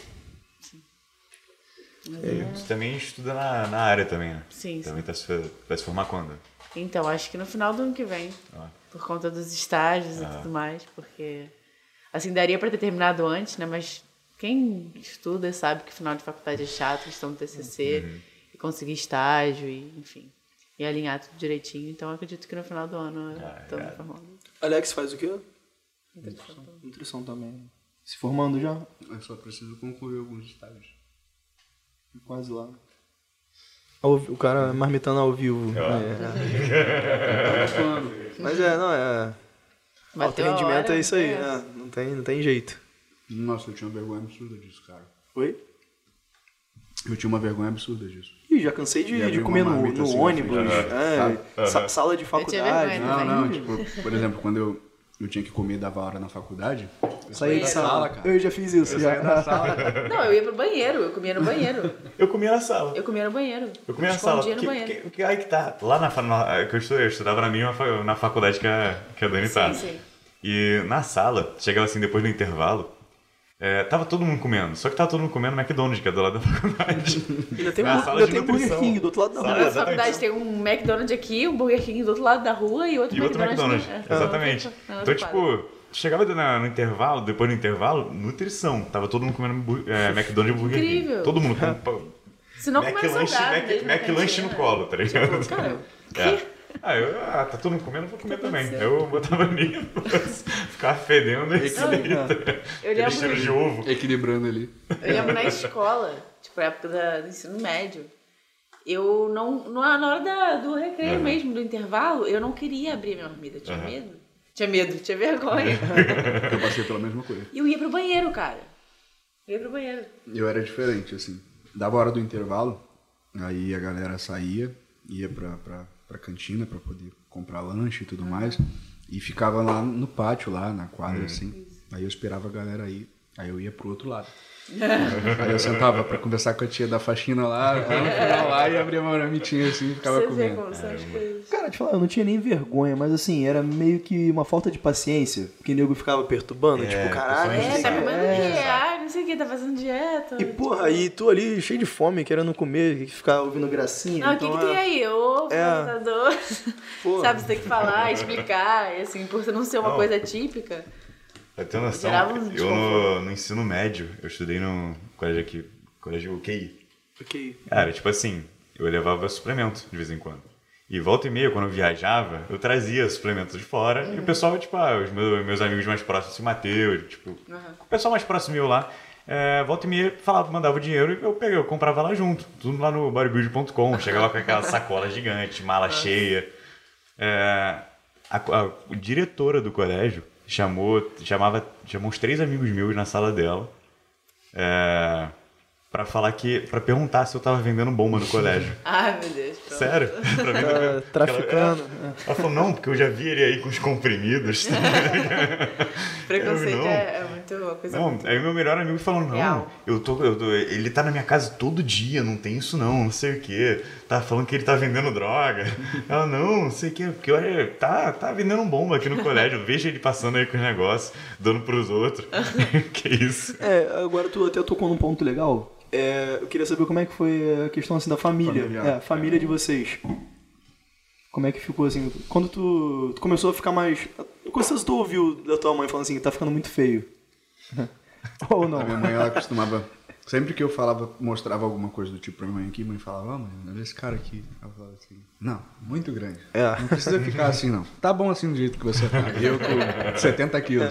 É, você também estuda na, na área também, né? Sim, Também sim. tá se, vai se formar quando? Então, acho que no final do ano que vem, Ah. por conta dos estágios e tudo mais, porque, assim, daria para ter terminado antes, né? Mas quem estuda sabe que final de faculdade é chato, questão do T C C, Uhum. e conseguir estágio, e enfim, e alinhar tudo direitinho. Então, eu acredito que no final do ano eu Ah, tô me é. formando. Alex faz o quê? Nutrição também. Se formando já? Eu só preciso concluir alguns estágios. Quase lá. Ao- O cara marmitando ao vivo. É. Mas é, não, é. Alto Bateu a rendimento hora, é isso aí, é. né? Não tem, não tem jeito. Nossa, eu tinha uma vergonha absurda disso, cara. Oi? Eu tinha uma vergonha absurda disso. Ih, já cansei de, E de abrir comer uma no, marmita no assim, ônibus. assim, É, sa- sala de tinha faculdade. vergonha Não, também. não, tipo, por exemplo, quando eu, eu tinha que comer e dava hora na faculdade, eu Saí da sala, cara. Eu já fiz isso. Eu já. saía da sala. Não, eu ia pro banheiro, eu comia no banheiro. Eu comia na sala. Eu comia no banheiro. Eu comia na sala. Escondia no Porque, banheiro. porque, porque aí que tá. Lá na, fa- na que eu, estudei, eu estudava na mesma fa- na faculdade que a, que a Dani tá. Sim, sim. E na sala, chegava assim depois do intervalo, É, tava todo mundo comendo, só que tava todo mundo comendo McDonald's, que é do lado da faculdade. Ainda tem, Na um, sala ainda de tem Burger nutrição. King do outro lado da Sala- rua. Na exatamente. faculdade tem um McDonald's aqui, um Burger King do outro lado da rua e outro E outro McDonald's. McDonald's, né? exatamente. Na outra- na Então, outra quadra. tipo, chegava na- no intervalo, depois do intervalo, nutrição. Tava todo mundo comendo bur- é, McDonald's e Burger King. Incrível. Todo mundo comendo. Se não comer McLanche, saudável Mac, mesmo na McLanche no cantina. colo, tá ligado? Tipo, cara, É. Ah, eu, ah, tá todo mundo comendo, eu vou comer também. acontecendo? Eu botava nisso, ficava fedendo esse Eu aquele cheiro de lembro, ovo. Equilibrando ali. eu lembro na escola, tipo, época da, do ensino médio, eu não, na hora da, do recreio Uhum. mesmo, do intervalo, eu não queria abrir a minha comida, eu tinha Uhum. medo. Tinha medo, tinha vergonha. Eu passei pela mesma coisa. E eu ia pro banheiro, cara. Eu ia pro banheiro. Eu era diferente, assim. Dava a hora do intervalo, aí a galera saía, ia pra, pra, pra cantina pra poder comprar lanche e tudo mais, e ficava lá no pátio, lá na quadra, assim. Aí eu esperava a galera ir, aí eu ia pro outro lado. Aí eu sentava pra conversar com a tia da faxina lá, lá no final lá, e abria uma marmitinha assim e ficava Você vê comendo. como são as coisas. Cara, te falar, eu não tinha nem vergonha, mas assim, era meio que uma falta de paciência, porque o nego ficava perturbando, É, tipo, caralho. pessoal É, tá comendo o é. quê? Ah, não sei o que, tá fazendo dieta. E porra, e tu ali cheio de fome, querendo comer, ficar ouvindo gracinha. Não, o então, que, que tem é- aí? Ovo, É. computador. Pô. Sabe, você tem que falar, explicar, e assim, por não ser uma Não. coisa típica. Pra ter noção, Gerava um eu no, desconforto. no ensino médio, eu estudei no colégio aqui, colégio Q I. Ok. Cara, tipo assim, eu levava suplemento de vez em quando. E volta e meia, quando eu viajava, eu trazia suplementos de fora. E o pessoal, tipo, ah, os meus, meus amigos mais próximos, assim, o Matheus, tipo, o pessoal mais próximo meu lá, é, volta e meia falava, mandava o dinheiro e eu peguei, eu comprava lá junto. Tudo lá no bodybuild ponto com. Chegava com aquela sacola gigante, mala cheia. É, a, a, a diretora do colégio chamou, chamava, chamou uns três amigos meus na sala dela. É, pra falar que. Pra perguntar se eu tava vendendo bomba no colégio. Ai, meu Deus. pronto. Sério? Pra mim, Tá traficando. Ela, ela falou, não, porque eu já vi ele aí com os comprimidos. Preconceito Eu não. é, é muito uma coisa Não, muito... aí meu melhor amigo falou, não, Real. eu tô, eu tô. Ele tá na minha casa todo dia, não tem isso não, não sei o quê. Tá falando que ele tá vendendo droga. Ela, não, não sei o quê, porque olha, tá, tá vendendo bomba aqui no colégio. Eu vejo ele passando aí com os negócios, dando pros outros. Que isso? É, agora tu até tocou num ponto legal. É, eu queria saber como é que foi a questão assim da família. Familiar. É, a família de vocês. Como é que ficou assim? Quando tu, tu começou a ficar mais. Com certeza tu ouviu da tua mãe falando assim que tá ficando muito feio. Ou não? A minha mãe, ela costumava... Sempre que eu falava, mostrava alguma coisa do tipo pra minha mãe aqui, a mãe falava, ah, mãe, olha esse cara aqui. Ela falava assim, não, muito grande. É. Não precisa ficar assim, não. Tá bom assim do jeito que você tá. Eu com setenta quilos.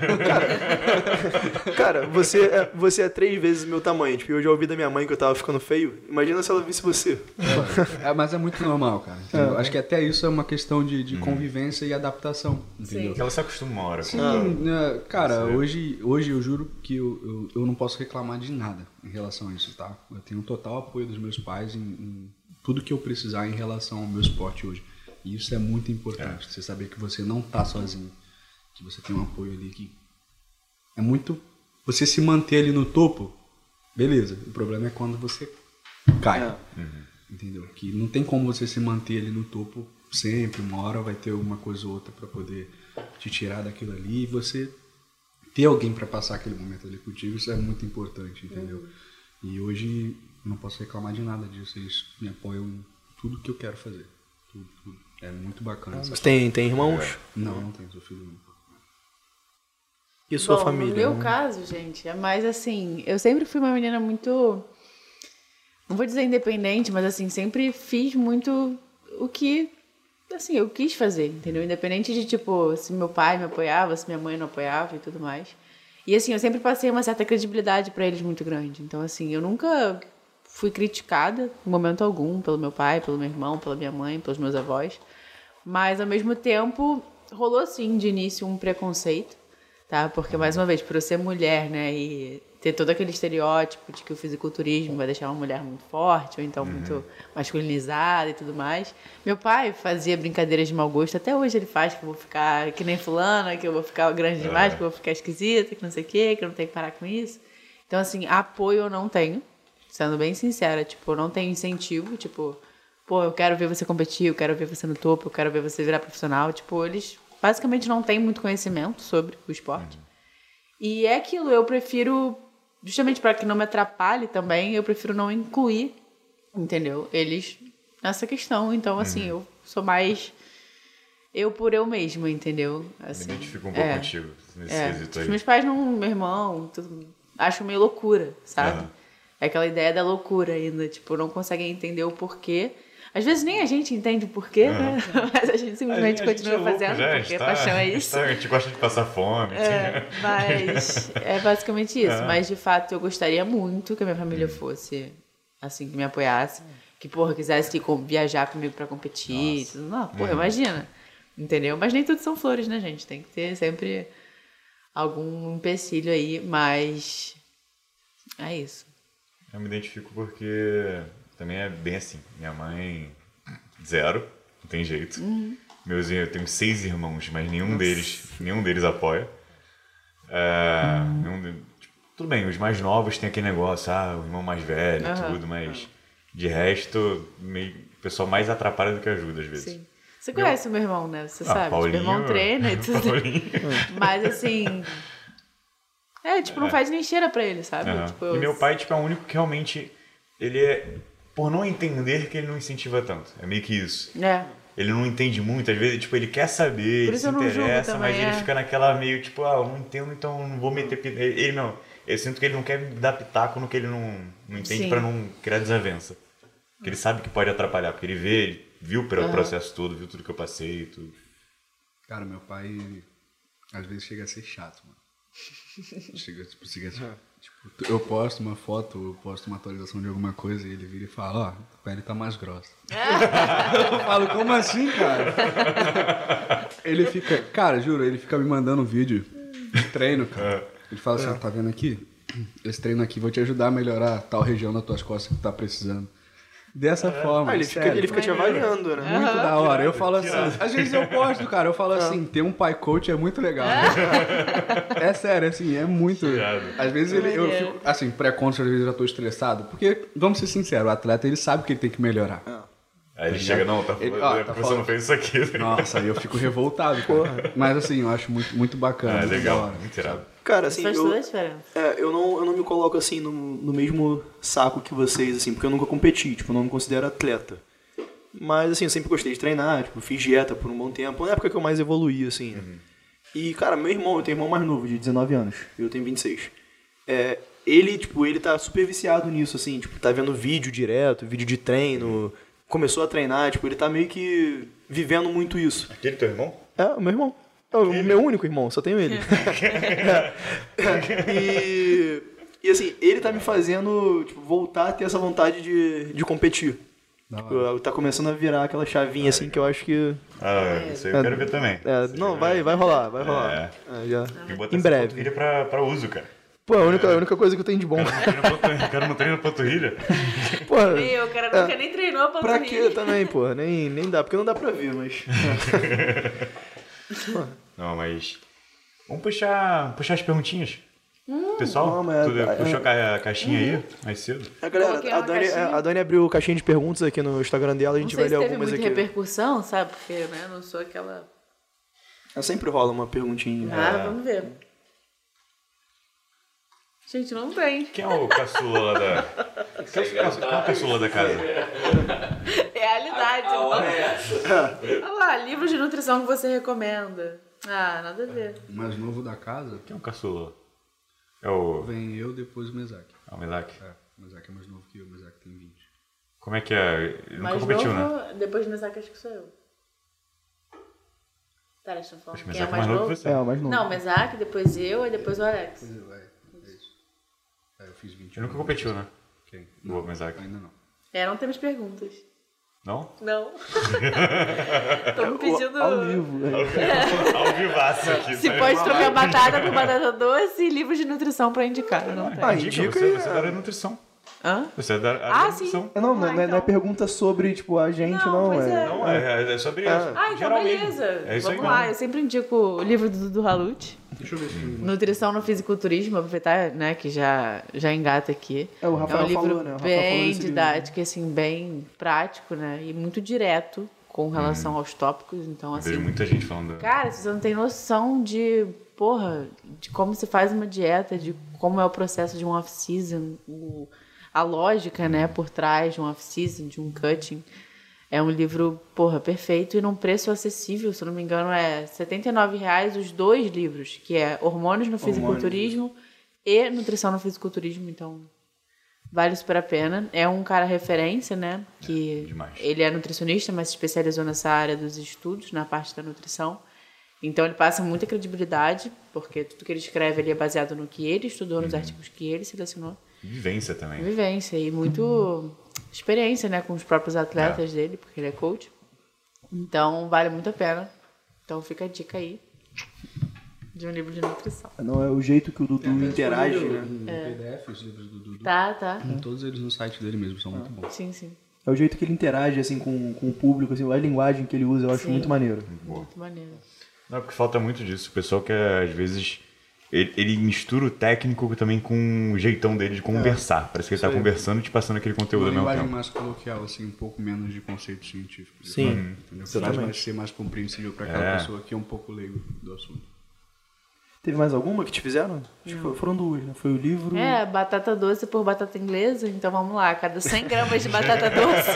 Cara, você é, você é três vezes o meu tamanho. Tipo, eu já ouvi da minha mãe que eu tava ficando feio. Imagina se ela visse você. É, mas é muito normal, cara. entendeu? Acho que até isso é uma questão de, de convivência e adaptação. Entendeu? Porque ela se acostuma uma hora. Sim, com- né, cara, Sim. hoje, hoje eu juro que eu, eu, eu não posso reclamar de nada em relação a isso, tá? Eu tenho total apoio dos meus pais em, em tudo que eu precisar em relação ao meu esporte hoje. E isso é muito importante, você saber que você não tá sozinho, que você tem um apoio ali que é muito... Você se manter ali no topo, beleza, o problema é quando você cai, É. entendeu? Que não tem como você se manter ali no topo sempre, uma hora vai ter alguma coisa ou outra para poder te tirar daquilo ali e você ter alguém para passar aquele momento ali contigo, isso é muito importante, entendeu? E hoje não posso reclamar de nada disso, eles me apoiam em tudo que eu quero fazer, tudo, tudo. É muito bacana. essa Você tem, tem irmãos? É. Não, não tenho, sou filho único. E sua Bom, família? no meu né? caso, gente, é mais assim, eu sempre fui uma menina muito, não vou dizer independente, mas assim, sempre fiz muito o que, assim, eu quis fazer, entendeu? Independente de, tipo, se meu pai me apoiava, se minha mãe não apoiava e tudo mais. E assim, eu sempre passei uma certa credibilidade pra eles muito grande. Então, assim, eu nunca fui criticada em momento algum pelo meu pai, pelo meu irmão, pela minha mãe, pelos meus avós. Mas, ao mesmo tempo, rolou, sim, de início um preconceito, tá? Porque, mais uma vez, por eu ser mulher, né, e ter todo aquele estereótipo de que o fisiculturismo vai deixar uma mulher muito forte, ou então muito masculinizada e tudo mais. Meu pai fazia brincadeiras de mau gosto, até hoje ele faz, que eu vou ficar que nem fulana, que eu vou ficar grande demais, que eu vou ficar esquisita, que não sei o quê, que eu não tenho que parar com isso. Então, assim, apoio eu não tenho, sendo bem sincera, tipo, eu não tenho incentivo, tipo, pô, eu quero ver você competir, eu quero ver você no topo, eu quero ver você virar profissional. Tipo, eles basicamente não têm muito conhecimento sobre o esporte. E é aquilo, eu prefiro, justamente para que não me atrapalhe também, eu prefiro não incluir, entendeu? Eles nessa questão. Então, assim, uhum. eu sou mais eu por eu mesma, entendeu? Assim, me identifico um pouco é, contigo nesse é, quesito aí. Os meus pais não, meu irmão, tudo, acham meio loucura, sabe? Uhum. É aquela ideia da loucura ainda, tipo, não conseguem entender o porquê. Às vezes nem a gente entende o porquê, uhum. né? Mas a gente simplesmente a gente, continua a gente é fazendo, já, porque tá, a paixão é isso. A gente gosta de passar fome. É, assim. Mas é basicamente isso. É. Mas, de fato, eu gostaria muito que a minha família fosse, assim, que me apoiasse. Que, porra, quisesse ir viajar comigo pra competir. Tudo. Não, porra, uhum. imagina. Entendeu? Mas nem tudo são flores, né, gente? Tem que ter sempre algum empecilho aí, mas é isso. Eu me identifico porque também é bem assim. Minha mãe, zero, não tem jeito. Uhum. Meus, eu tenho seis irmãos, mas nenhum Nossa. deles nenhum deles apoia. É, uhum. nenhum, tipo, tudo bem, os mais novos tem aquele negócio, ah, o irmão mais velho e uhum. tudo, mas de resto, meio, o pessoal mais atrapalha do que ajuda às vezes. Sim. Você conhece meu... o meu irmão, né? Você ah, sabe. Paulinho, meu irmão treina e tudo. Mas assim... É, tipo, não é. faz nem cheira pra ele, sabe? Uhum. Tipo, eu... eu... E meu pai, tipo, é o único que realmente... Ele é... Por não entender que ele não incentiva tanto. É meio que isso. É. Ele não entende muito. Às vezes, tipo, ele quer saber, ele se interessa, também, mas é. ele fica naquela meio, tipo, ah, eu não entendo, então não vou meter... Ele não... Eu sinto que ele não quer me dar pitaco no que ele não, não entende. Sim. Pra não criar desavença. Porque ele sabe que pode atrapalhar. Porque ele vê... Ele... Viu pelo uhum. processo todo, viu tudo que eu passei e tudo. Cara, meu pai às vezes chega a ser chato, mano. Chega, tipo, chega, tipo, eu posto uma foto, eu posto uma atualização de alguma coisa e ele vira e fala, ó, oh, a pele tá mais grossa. Eu falo, como assim, cara? Ele fica, cara, juro, ele fica me mandando vídeo de treino, cara. Ele fala assim, ó, tá vendo aqui? Esse treino aqui vai te ajudar a melhorar tal região das tuas costas que tu tá precisando. Dessa é. forma. Ah, ele, fica, ele fica te avaliando, né? Muito uhum. da hora. Eu falo assim, às vezes eu posto, cara, eu falo assim, ter um pai coach é muito legal. É sério, assim, é muito. Às vezes ele, eu fico, assim, pré-contra, às vezes eu já tô estressado, porque, vamos ser sinceros, o atleta, ele sabe que ele tem que melhorar. Aí ele chega, não, tá, ele, ó, tá você falando... não fez isso aqui. Nossa, aí eu fico revoltado, cara. Mas assim, eu acho muito, muito bacana. É legal, muito irado. Cara, assim, faz eu, toda a diferença. É, eu, não, eu não me coloco assim no, no mesmo saco que vocês, assim, porque eu nunca competi, tipo, eu não me considero atleta. Mas, assim, eu sempre gostei de treinar, tipo, fiz dieta por um bom tempo, na época que eu mais evoluí, assim. Uhum. E, cara, meu irmão, eu tenho um irmão mais novo, de dezenove anos, eu tenho vinte e seis. É, ele, tipo, ele tá super viciado nisso, assim, tipo, tá vendo vídeo direto, vídeo de treino, uhum. começou a treinar, tipo, ele tá meio que vivendo muito isso. Aquele teu irmão? É, o meu irmão. É o meu único irmão, só tenho ele. é. e, e assim, ele tá me fazendo tipo, voltar a ter essa vontade de, de competir. Tipo, tá começando a virar aquela chavinha assim que eu acho que... Ah, isso aí eu é, quero ver também. É, não, vai, vai rolar, vai rolar. É. É, já. Em breve. Ele pra, pra uso, cara. Pô, a única, a única coisa que eu tenho de bom. O cara não treina panturrilha. Pô, meu, o cara nunca é, nem treinou a panturrilha. Pra quê também, pô? Nem, nem dá, porque não dá pra ver, mas... Não, mas... Vamos puxar, puxar as perguntinhas. Hum, Pessoal, não, mas, tu é, puxou é, a caixinha uhum. aí, mais cedo. É, galera, a Dani, a Dani abriu caixinha de perguntas aqui no Instagram dela, a gente vai ler algumas aqui. Não sei se teve muita repercussão, sabe? Porque, né, não sou aquela... Eu sempre rola uma perguntinha. Ah, é. Vamos ver. Gente, não tem. Quem é o caçula lá da... Quem é o caçula da casa? Realidade. Olha lá, livros de nutrição que você recomenda. Ah, nada a ver. O mais novo da casa? Quem é o caçula? É o... Vem eu, depois o Mesak. Ah, o Mesak? É, o Mesak é mais novo que eu, o Mesak tem vinte. Como é que é? Ele nunca mais competiu, novo, né? Depois do Mesak acho que sou eu. Tá, eles estão falando Acho que quem é o mais novo novo? que você. É, o mais novo. Não, o Mesak, depois eu e depois o Alex. Depois eu, é. É isso. É, eu fiz vinte. Ele nunca competiu, né? Quem? O Mesak. Ainda não. É, não temos perguntas. Não? Não. Tô me pedindo... Ao vivo. É. Ao vivaço aqui. Se pode trocar batata por batata doce e livros de nutrição pra indicar. Não tem. Ah, indica, você, você dá a nutrição. Hã? Você é da área ah, da nutrição. sim. Não, não, ah, não, então. não é pergunta sobre, tipo, a gente, não. Não, não é, é. Não, é, é sobre isso. Ah, então Geralmente. beleza. É isso Vamos aí lá, mesmo. eu sempre indico o livro do Dudu Halute. Deixa eu ver se... Nutrição no Fisiculturismo, aproveitar, né, que já, já engata aqui. É, o Rafael é um livro falou, né? O Rafael bem falou didático, assim, bem prático, né, e muito direto com relação hum. aos tópicos, então, assim... Vejo muita gente falando... Cara, você não tem noção de porra, de como se faz uma dieta, de como é o processo de um off-season, o, a lógica, né, por trás de um off-season, de um cutting. É um livro, porra, perfeito e num preço acessível, se eu não me engano, é setenta e nove reais os dois livros, que é Hormônios no Fisiculturismo e Nutrição no Fisiculturismo, então vale super a pena. É um cara referência, né, que é, ele é nutricionista, mas se especializou nessa área dos estudos, na parte da nutrição. Então ele passa muita credibilidade, porque tudo que ele escreve ali é baseado no que ele estudou, nos uhum. artigos que ele selecionou. Vivência também. Vivência e muito experiência, né, com os próprios atletas é. dele, porque ele é coach. Então, vale muito a pena. Então, fica a dica aí de um livro de nutrição. Não é o jeito que o Dudu é, interage, né? Em é. P D F, os livros do Dudu. Tá, tá. Tem todos eles no site dele mesmo, são ah. muito bons. Sim, sim. É o jeito que ele interage, assim, com, com o público, assim, a linguagem que ele usa, eu acho sim. muito maneiro. Muito, muito maneiro. Não, porque falta muito disso. O pessoal que, às vezes... Ele, ele mistura o técnico também com o jeitão dele de conversar. É. Parece que ele está conversando e te passando aquele conteúdo ao mesmo tempo. Uma linguagem mais coloquial, assim, um pouco menos de conceito científico. Sim, entendeu? Faz mais ser mais compreensível para aquela é. pessoa que é um pouco leigo do assunto. Teve mais alguma que te fizeram? Acho que foram duas, né? Foi o livro... É, batata doce por batata inglesa. Então vamos lá, cada cem gramas de batata doce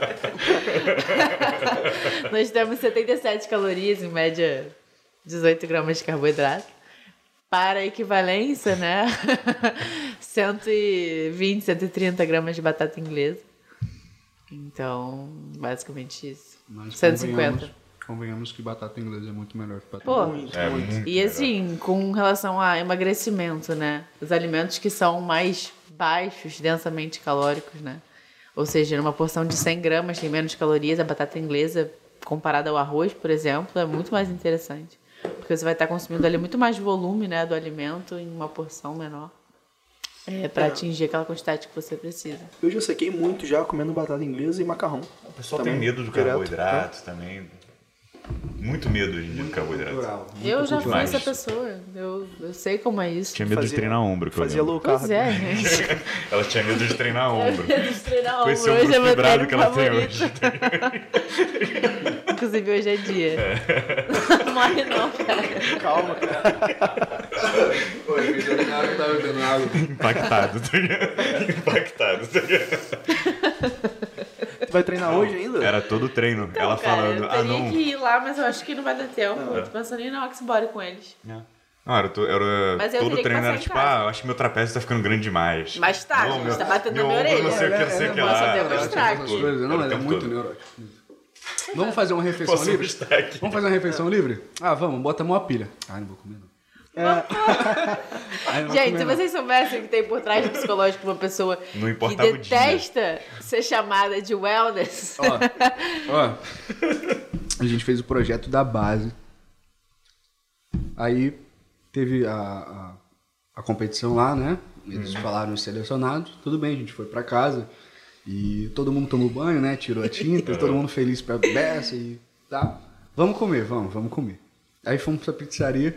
nós temos setenta e sete calorias, em média dezoito gramas de carboidrato. Para a equivalência, né? cento e vinte, cento e trinta gramas de batata inglesa. Então, basicamente isso. Mas cento e cinquenta. Convenhamos, convenhamos que batata inglesa é muito melhor que batata Pô, inglesa. É muito e assim, melhor. Com relação a emagrecimento, né? Os alimentos que são mais baixos, densamente calóricos, né? Ou seja, numa porção de cem gramas tem menos calorias, a batata inglesa, comparada ao arroz, por exemplo, é muito mais interessante. Porque você vai estar consumindo ali muito mais volume, né, do alimento em uma porção menor. É, para é. atingir aquela quantidade que você precisa. Eu já sequei muito já comendo batata inglesa e macarrão. O pessoal também tem medo do carboidrato tá? também. Muito medo hoje em dia do carboidrato. Cultural, eu já cultural. fui essa pessoa. Eu, eu sei como é isso. Tinha medo fazia, de treinar ombro. Que fazia low carb. Pois é, gente. Ela tinha medo de treinar ombro. Tinha medo de treinar ombro. Com esse ombro hoje fibrado é que ela favorito. tem hoje. Inclusive hoje é dia. É. Não morre não, cara. Calma, cara. Pô, eu fiz ali na hora que tava bebendo água. Impactado, tá ligado? Impactado, tá ligado? Tu vai treinar não, hoje ainda? Era todo treino. Então, ela cara, falando, eu ah teria não. que ir lá, mas eu acho que não vai dar tempo. É. Eu tô pensando em ir na Oxbody com eles. É. Não, era, era mas eu todo treino era tipo, casa. ah, eu acho que meu trapézio tá ficando grande demais. Mas tá, não, gente, meu, tá batendo meu na minha orelha. Não sei o que, não sei o que lá. Nossa, deu um estrago. Não, mas é muito neurótico. Vamos fazer uma refeição Posso livre? Vamos fazer uma refeição livre? Ah, vamos, bota a maior pilha. Ah, não vou comer não. É. Ai, gente, se vocês soubessem o que tem por trás do psicológico de uma pessoa que detesta ser chamada de wellness. Ó, ó, a gente fez o projeto da base. Aí teve a, a, a competição lá, né? Eles uhum. falaram os selecionados. Tudo bem, a gente foi pra casa. E todo mundo tomou banho, né? Tirou a tinta, todo mundo feliz pra beça e tá. Vamos comer, vamos, vamos comer. Aí fomos pra pizzaria.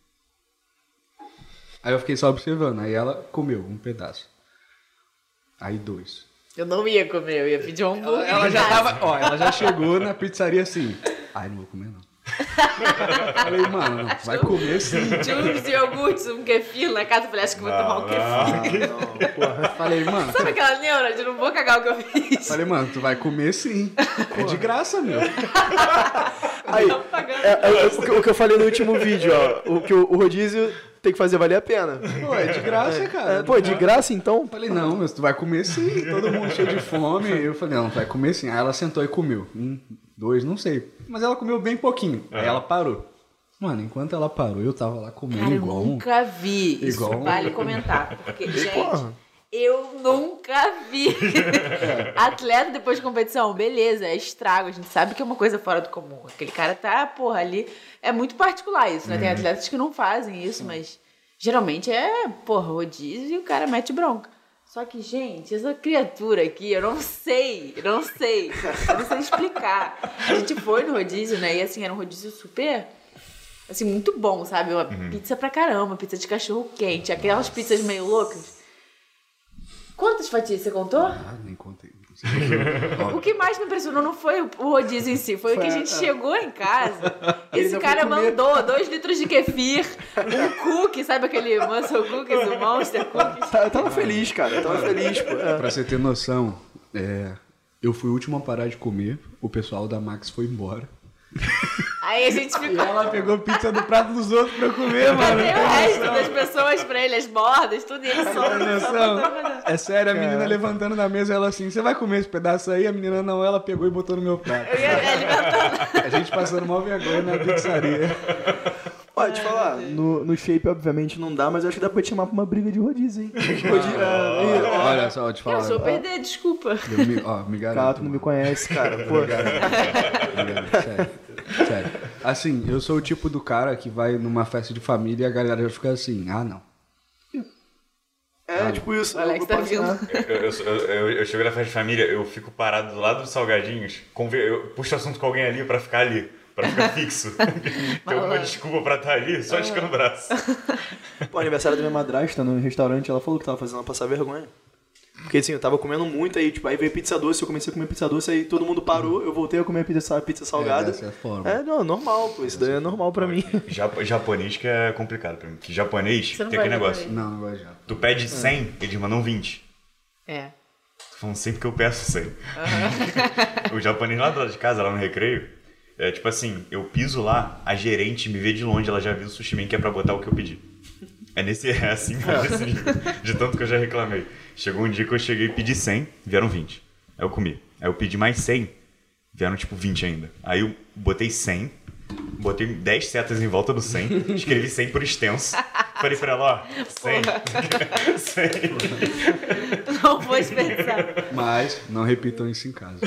Aí eu fiquei só observando. Aí ela comeu um pedaço. Aí dois. Eu não ia comer, eu ia pedir um hambúrguer. Ela, ela já tava, ó, ela já chegou na pizzaria assim. Ai, não vou comer não. Falei, mano, não, vai comer sim. Tinha uns iogurtes, um kefir na casa, eu falei, acho que vou não, tomar um kefir. Não, não, porra. Falei, mano. Sabe aquela neura de não vou cagar o que eu fiz? Falei, mano, tu vai comer sim. É de graça, meu. Aí, é, é, o, que, o que eu falei no último vídeo, ó, o que o, o rodízio tem que fazer valer a pena. Pô, é de graça, é, cara. É, pô, de graça então? Falei, não, mas tu vai comer sim. Todo mundo cheio de fome. Eu falei, não, tu vai comer sim. Aí ela sentou e comeu. Um, dois, não sei. Mas ela comeu bem pouquinho. Aí ela parou. Mano, enquanto ela parou, eu tava lá comendo cara, igual eu nunca vi. Igual Isso um... vale comentar. Porque, gente, porra. eu nunca vi. Atleta depois de competição, beleza, é estrago. A gente sabe que é uma coisa fora do comum. Aquele cara tá, porra, ali. É muito particular isso, né? Tem atletas que não fazem isso, mas geralmente é, porra, rodízio e o cara mete bronca. Só que, gente, essa criatura aqui, eu não sei, eu não sei, eu não sei explicar. A gente foi no rodízio, né? E assim, era um rodízio super, assim, muito bom, sabe? Uma uhum. pizza pra caramba, pizza de cachorro quente, aquelas pizzas meio loucas. Quantas fatias você contou? Ah, nem contei. O que mais me impressionou não foi o rodízio em si, foi, foi o que a gente é. chegou em casa. Esse cara mandou dois litros de kefir, um cookie, sabe aquele muscle cookies, o monster cookies? Eu tava feliz, cara, eu tava feliz, pô. É. Pra você ter noção, é, eu fui o último a parar de comer, o pessoal da Max foi embora. Aí a gente ficou... E ela pegou pizza do prato dos outros pra eu comer, mano. Tem o resto das pessoas pra ele, as bordas, tudo, e ele só... só é sério, a menina levantando da mesa, ela assim, você vai comer esse pedaço aí? A menina não, ela pegou e botou no meu prato. Eu ia alimentando. A gente passando mal vergonha na pizzaria. Pode te falar, no, no shape obviamente não dá, mas eu acho que dá pra te chamar pra uma briga de rodízio, hein? Rodízio, ah, é, ó, olha só, vou te falar. Eu sou perder, desculpa. Eu me, ó, me garanto. Cara, tu não me conhece, cara. Pô. Me garanto, me garanto, sério. Sério. Assim, eu sou o tipo do cara que vai numa festa de família e a galera já fica assim, ah, não. É, ah, tipo isso. O Alex tá vindo. Eu, eu, eu, eu, eu chego na festa de família, eu fico parado do lado dos salgadinhos, eu puxo assunto com alguém ali pra ficar ali. Pra ficar fixo. Tem alguma desculpa pra estar ali, só esticando o braço. Pô, aniversário da minha madrasta no restaurante, ela falou que tava fazendo ela passar vergonha. Porque assim, eu tava comendo muito, aí tipo, aí veio pizza doce, eu comecei a comer pizza doce, aí todo mundo parou, eu voltei a comer pizza, pizza salgada. É, dessa forma. É, não, normal, pô, isso daí é normal pra mim. Jap- japonês que é complicado pra mim. Que japonês Você não tem vai aquele negócio. Não, não gosto já. Tu pede cem, eles mandam vinte. É. Tô falando cem porque eu peço cem. Uhum. O japonês lá do lado de casa, lá no recreio, é tipo assim, eu piso lá, a gerente me vê de longe, ela já viu o sushi man que é pra botar o que eu pedi. É nesse, é assim, nesse nível, de tanto que eu já reclamei. Chegou um dia que eu cheguei e pedi cem, vieram vinte. Aí eu comi. Aí eu pedi mais cem, vieram tipo vinte ainda. Aí eu botei cem, botei dez setas em volta do cem, escrevi cem por extenso. Falei pra ela, ó, cem. cem. Não vou desperdiçar. Mas não repitam isso em casa.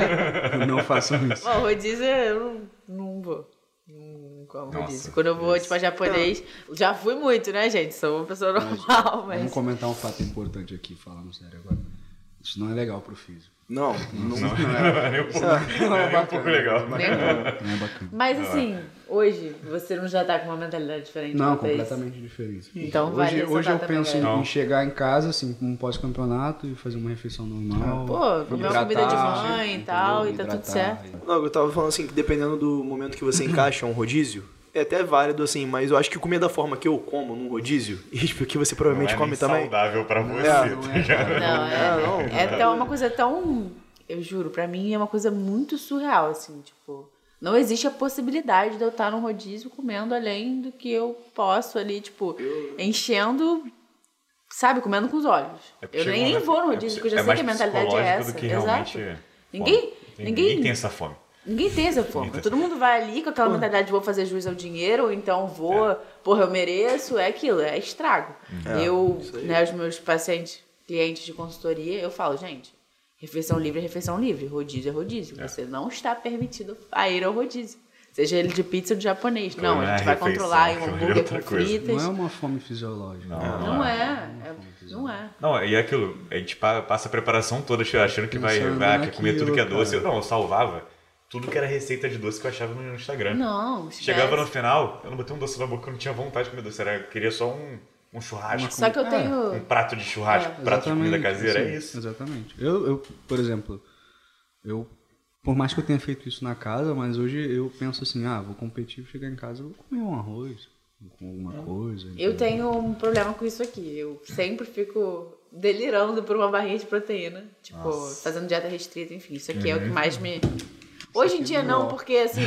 É. Não façam isso. Bom, rodízio eu não, não vou. Não como Nossa, rodízio. Quando eu vou, isso. tipo, a japonês, já fui muito, né, gente? Sou uma pessoa normal, mas... Vamos comentar um fato importante aqui, falando sério agora. Isso não é legal pro físico. Não, Não, não, não é nem um pouco, não é nem um pouco legal. Nem um pouco. Não é bacana. Mas assim, hoje, você não já tá com uma mentalidade diferente? Não, talvez? completamente diferente. Então vale Hoje, ressaltar hoje eu também, penso galera. em, em chegar em casa, assim, com um pós-campeonato e fazer uma refeição normal. Pô, comer uma comida de mãe e tal, e tá tudo certo. Não, eu tava falando assim, que dependendo do momento que você encaixa um rodízio, é até válido, assim, mas eu acho que comer da forma que eu como num rodízio, e que você provavelmente não é come nem também. saudável pra você, É, tá não é, ligado? cara. Não, é, É, não. é até uma coisa tão... Eu juro, pra mim é uma coisa muito surreal, assim, tipo... Não existe a possibilidade de eu estar num rodízio comendo além do que eu posso ali, tipo, enchendo... Sabe, comendo com os olhos. É Eu chega nem, um nem momento- vou no rodízio, porque eu já é sei mais que a mentalidade é psicológico essa. do que Exato. realmente Ninguém, fome. Tem- ninguém, ninguém tem essa fome. Ninguém tem essa fome. Ninguém tem Todo mundo vai ali com aquela mentalidade de vou fazer jus ao dinheiro, ou então vou, porra, eu mereço, é aquilo, é estrago. É, eu, isso aí. né, os meus pacientes, clientes de consultoria, eu falo, gente, refeição livre é refeição livre, rodízio é rodízio. Você não está permitido a ir ao rodízio. Seja ele de pizza ou de japonês. Não, Não é a gente vai refeição, controlar em um é hambúrguer outra com coisa. fritas. Não é uma fome fisiológica. Não, Não é, é, não é. Não, e é aquilo, a gente pa- passa a preparação toda achando que vai, Pensando vai quer comer tudo que é naquilo, doce. cara. Não, eu salvava tudo que era receita de doce que eu achava no Instagram. Não, esquece. Chegava no final, eu não botei um doce na boca, eu não tinha vontade de comer doce, era, eu queria só um, um churrasco, Só que eu É. tenho... um prato de churrasco, É. um prato de comida Exatamente, caseira, assim, é isso. Exatamente. Eu, eu, por exemplo, eu, por mais que eu tenha feito isso na casa, mas hoje eu penso assim, ah, vou competir, chegar em casa, eu vou comer um arroz, com alguma coisa. Eu entendeu? tenho um problema com isso aqui. Eu sempre fico delirando por uma barrinha de proteína. Tipo, Nossa. fazendo dieta restrita, enfim. Isso aqui é o que mais me... Hoje em dia não, porque assim...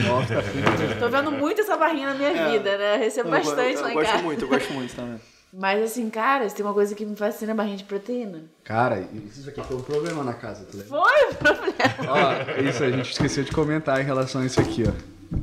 Tô vendo muito essa barrinha na minha É. vida, né? Eu recebo Eu, bastante eu, lá eu em gosto casa. muito, eu gosto muito também. Mas assim, cara, se tem uma coisa que me fascina, é a barrinha de proteína. Cara, isso aqui foi um problema na casa, tu lembra? Foi o problema. Ó, isso a gente esqueceu de comentar em relação a isso aqui, ó.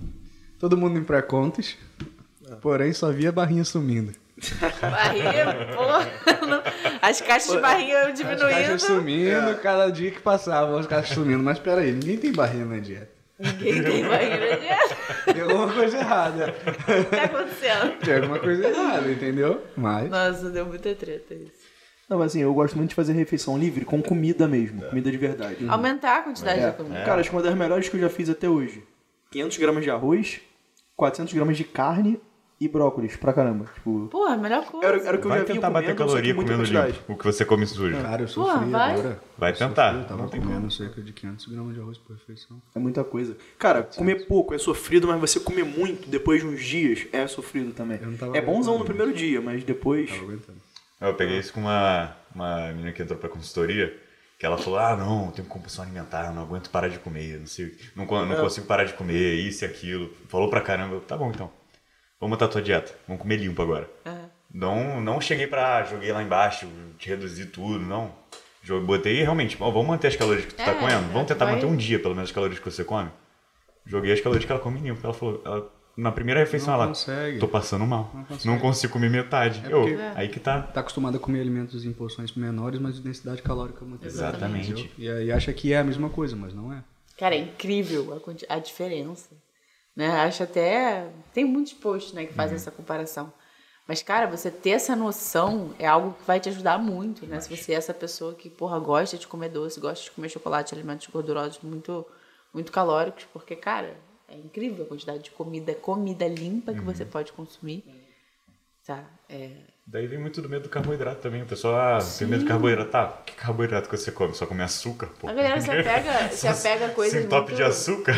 Todo mundo em pré-contas, porém só via barrinha sumindo. Barrinha, porra. não- As caixas de barrinha As diminuindo. caixas sumindo, cada dia que passava, as caixas sumindo. Mas peraí, ninguém tem barrinha na dieta. Ninguém tem barrinha na dieta. Tem alguma coisa errada. O que tá acontecendo? Tem alguma coisa errada, entendeu? Mas... Nossa, deu muita treta isso. Não, mas assim, eu gosto muito de fazer refeição livre com comida mesmo, comida de verdade. Aumentar a quantidade É. de comida. Cara, acho que uma das melhores que eu já fiz até hoje. quinhentos gramas de arroz, quatrocentos gramas de carne e brócolis pra caramba. Tipo, Porra, melhor coisa. era, era o que eu Vai já vinha tentar bater comendo, só que caloria muita comendo quantidade. limpo, o que você come sujo. Cara, eu Porra, sofri vai. agora. Vai Eu tentar, sofri, eu tava não tem comendo como. cerca de quinhentos gramas de arroz por refeição. É muita coisa. Cara, comer pouco é sofrido, mas você comer muito depois de uns dias é sofrido também. Eu não tava É bonzão no aguentando. primeiro dia, mas depois... Tava aguentando. Eu peguei isso com uma, uma menina que entrou pra consultoria, que ela falou, ah, não, eu tenho compulsão alimentar, eu não aguento parar de comer, não sei, não, co- não É. consigo parar de comer, isso e aquilo. Falou pra caramba, eu, tá bom então, vamos montar a tua dieta, vamos comer limpo agora. Aham. Não, não cheguei pra, joguei lá embaixo, te reduzir tudo, não. Jo- Botei realmente, ó, vamos manter as calorias que tu tá É, comendo, vamos tentar vai- manter um dia pelo menos as calorias que você come. Joguei as calorias que ela come limpo, ela falou, ela, na primeira refeição Não ela, consegue. tô passando mal, Não não, consegue. consigo comer metade. É eu, porque- aí que tá. Tá acostumado a comer alimentos em porções menores, mas de densidade calórica muito grande. Exatamente. entendeu? E aí acha que é a mesma coisa, mas não é. Cara, é incrível a, quanti- a diferença. Né? Acho até... Tem muitos posts, né, que fazem essa comparação. Mas, cara, você ter essa noção é algo que vai te ajudar muito, né? Se você é essa pessoa que, porra, gosta de comer doce, gosta de comer chocolate, alimentos gordurosos muito, muito calóricos, porque, cara, é incrível a quantidade de comida, comida limpa que você pode consumir. Tá? É... Daí vem muito do medo do carboidrato também. O pessoal, ah, tem medo do carboidrato. Tá, que carboidrato que você come? Só come açúcar, pô. A galera se apega, se apega a coisas Sim, top muito... de açúcar.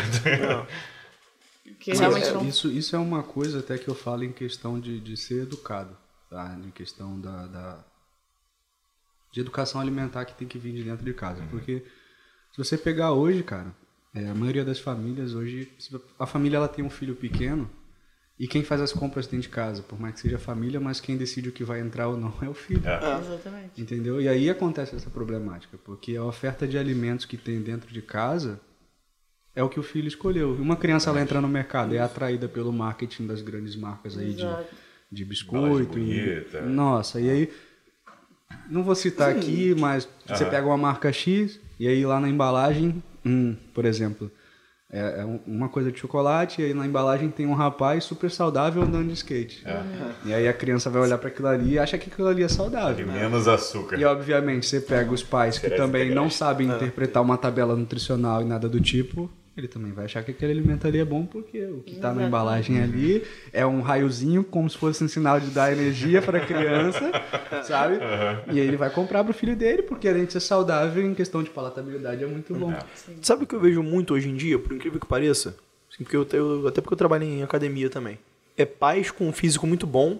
Que Mas realmente é, não... isso, isso é uma coisa até que eu falo em questão de, de ser educado, tá? Em questão da, da- de educação alimentar que tem que vir de dentro de casa. Porque se você pegar hoje, cara, é, a maioria das famílias hoje, se a família ela tem um filho pequeno e quem faz as compras dentro de casa, por mais que seja a família, mas quem decide o que vai entrar ou não é o filho. É. Exatamente. Entendeu? E aí acontece essa problemática, porque a oferta de alimentos que tem dentro de casa é o que o filho escolheu. Uma criança ela entra no mercado, é atraída pelo marketing das grandes marcas aí de, Exato. de biscoito. Embalagem E, bonita. nossa, e aí, não vou citar aqui, mas você Aham. pega uma marca X e aí lá na embalagem, hum, por exemplo, é, é um- uma coisa de chocolate e aí na embalagem tem um rapaz super saudável andando de skate. E aí a criança vai olhar para aquilo ali e acha que aquilo ali é Tem saudável. menos açúcar. E obviamente você pega os pais que Cereais também não integrais. sabem interpretar uma tabela nutricional e nada do tipo, ele também vai achar que aquele alimento ali é bom porque o que está na Exatamente. embalagem ali é um raiozinho como se fosse um sinal de dar energia para a criança, sabe? E aí ele vai comprar para o filho dele porque além de ser saudável em questão de palatabilidade é muito bom. Sabe o que eu vejo muito hoje em dia, por incrível que pareça? Assim, porque eu, eu- até porque eu trabalho em academia também. É pais com um físico muito bom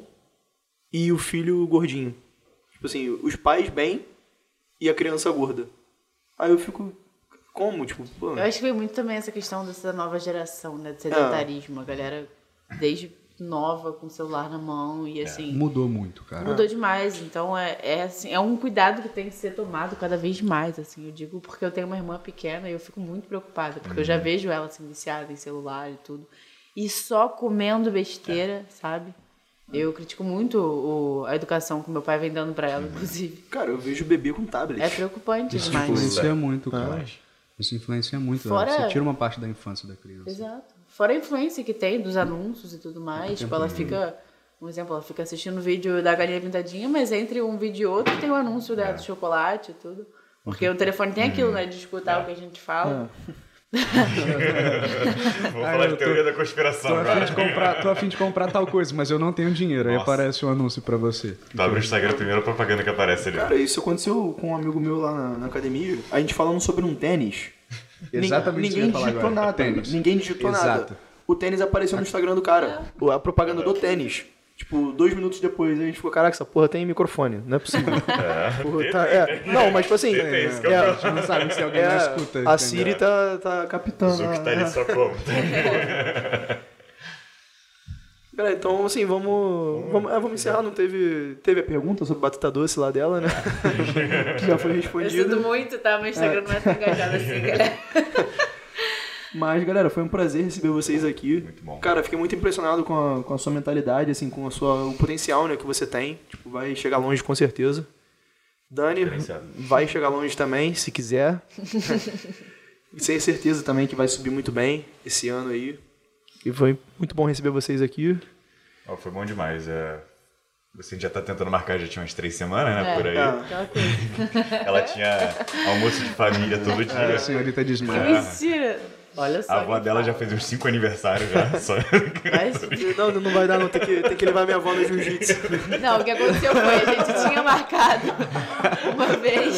e o filho gordinho. Tipo assim, os pais bem e a criança gorda. Aí eu fico... Como? Tipo, pô... Eu acho que veio muito também essa questão dessa nova geração, né? De sedentarismo. A galera, desde nova, com o celular na mão e assim... Mudou muito, cara. Mudou demais, então é, é, assim, é um cuidado que tem que ser tomado cada vez mais, assim, eu digo porque eu tenho uma irmã pequena e eu fico muito preocupada, porque eu já vejo ela assim, viciada em celular e tudo, e só comendo besteira, sabe? Eu critico muito o, a educação que meu pai vem dando pra ela, inclusive. Cara, eu vejo bebê com tablet. É preocupante Isso demais. influencia muito, cara. Mas- Isso influencia muito. Fora- Você tira uma parte da infância da criança. Exato. Fora a influência que tem dos anúncios e tudo mais. Tipo, ela fica, um exemplo, ela fica assistindo o vídeo da galinha pintadinha, mas entre um vídeo e outro tem o anúncio dela do chocolate e tudo. Porque o telefone tem aquilo, né? De escutar o que a gente fala. Vou falar de eu tô- teoria da conspiração Tô a, fim agora. de comprar, tô a fim de comprar tal coisa, mas eu não tenho dinheiro. Aí Nossa. aparece um anúncio pra você. Tu abre o Instagram, a primeira propaganda que aparece ali. Cara, isso aconteceu com um amigo meu lá na, na academia. A gente falando sobre um tênis. Exatamente isso que eu Ninguém ia falar digitou agora. nada. Tênis. Ninguém digitou Exato. nada. O tênis apareceu no Instagram do cara. A propaganda do tênis. Tipo, dois minutos depois a gente ficou, caraca, essa porra tem microfone. Não é possível. Porra, tá- é. Não, mas tipo assim. Tem, tem, isso que é, eu A gente não sabe se alguém é, não escuta. a entendeu? Siri tá, tá captando. O Zuc tá a- ali só como? Galera, então assim, vamos, vamos, é, vamos encerrar. Não teve, teve a pergunta sobre batata doce lá dela, né? Que já foi Eu respondida. sinto muito, tá? Meu Instagram não é tão engajado assim, galera. Mas, galera, foi um prazer receber vocês aqui. Muito bom. Cara, fiquei muito impressionado com a, com a sua mentalidade, assim, com a sua, o potencial, né, que você tem. Tipo, vai chegar longe com certeza. Dani, Diferenciado. vai chegar longe também, se quiser. E tenho certeza também que vai subir muito bem esse ano aí. E foi muito bom receber vocês aqui. Ó, foi bom demais. É... Você já tá tentando marcar, já tinha umas três semanas, né? É. Por aí. Ah, Aquela coisa. Ela tinha almoço de família todo dia. A senhorita Que desmaia. mentira! Olha só. A avó quem dela fala. já fez uns cinco aniversários já. Só... Mas, Não, não vai dar não, tem que, tem que levar minha avó no jiu-jitsu. não, o que aconteceu foi, a gente tinha marcado uma vez.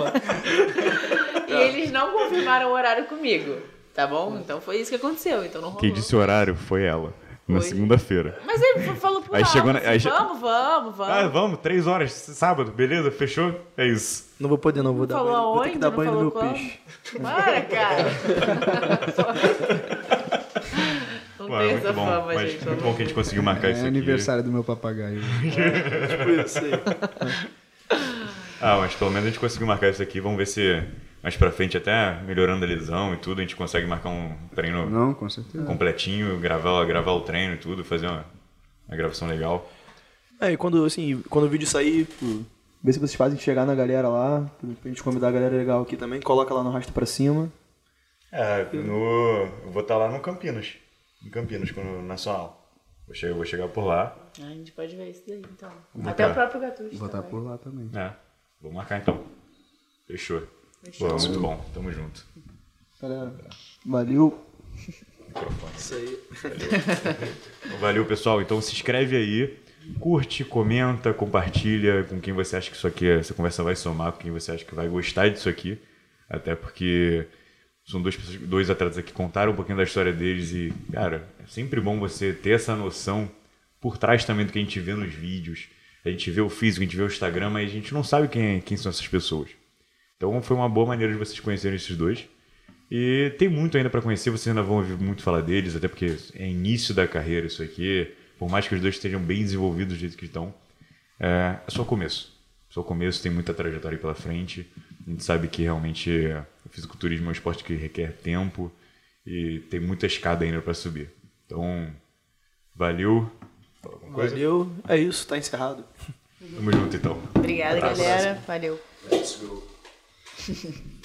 E eles não confirmaram o horário comigo, tá bom? Então foi isso que aconteceu, então não rolou. Quem disse o horário foi ela, na Foi. segunda-feira. Mas ele falou por Aí alto, chegou na- assim, aí che- vamos, vamos, vamos. Ah, vamos, três horas, sábado, beleza, fechou? É isso. Não vou poder não, vou dar Falou banho, vou ter aonde? que dar Não banho no falou meu quando? peixe. Para, cara. Não Pô, tem muito essa bom, fama, mas gente. muito bom que a gente conseguiu marcar É isso aqui. aniversário do meu papagaio. Tipo isso aí. Ah, mas pelo menos a gente conseguiu marcar isso aqui. Vamos ver se mais pra frente, até melhorando a lesão e tudo, a gente consegue marcar um treino Não, com certeza. completinho, gravar, gravar o treino e tudo, fazer uma, uma gravação legal. É, e quando, assim, quando o vídeo sair, tipo, vê se vocês fazem chegar na galera lá, pra gente convidar a galera legal aqui também, coloca lá no Rasta Pra Cima. É, no, eu vou estar lá no Campinas, em Campinas, no Nacional. Vou chegar, vou chegar por lá. Ah, a gente pode ver isso daí, então. Vou Até tá. o próprio Gatuso Vou estar também. por lá também. É, vou marcar então. Fechou. Fechou. Pô, muito bom, tamo junto. Galera, valeu. Microfone. Isso aí. Valeu, pessoal. Então se inscreve aí, curte, comenta, compartilha com quem você acha que isso aqui, essa conversa vai somar, com quem você acha que vai gostar disso aqui. Até porque são duas pessoas, dois atletas aqui que contaram um pouquinho da história deles e, cara, é sempre bom você ter essa noção por trás também do que a gente vê nos vídeos. A gente vê o físico, a gente vê o Instagram, mas a gente não sabe quem, quem são essas pessoas. Então foi uma boa maneira de vocês conhecerem esses dois. E tem muito ainda para conhecer, vocês ainda vão ouvir muito falar deles, até porque é início da carreira isso aqui. Por mais que os dois estejam bem desenvolvidos do jeito que estão, é, é só o começo. Só o começo, tem muita trajetória aí pela frente. A gente sabe que realmente o fisiculturismo é um esporte que requer tempo e tem muita escada ainda para subir. Então, valeu. Fala alguma coisa? Valeu. É isso, tá encerrado. Tamo junto então. Obrigada, Abraço. galera. Valeu. Let's go.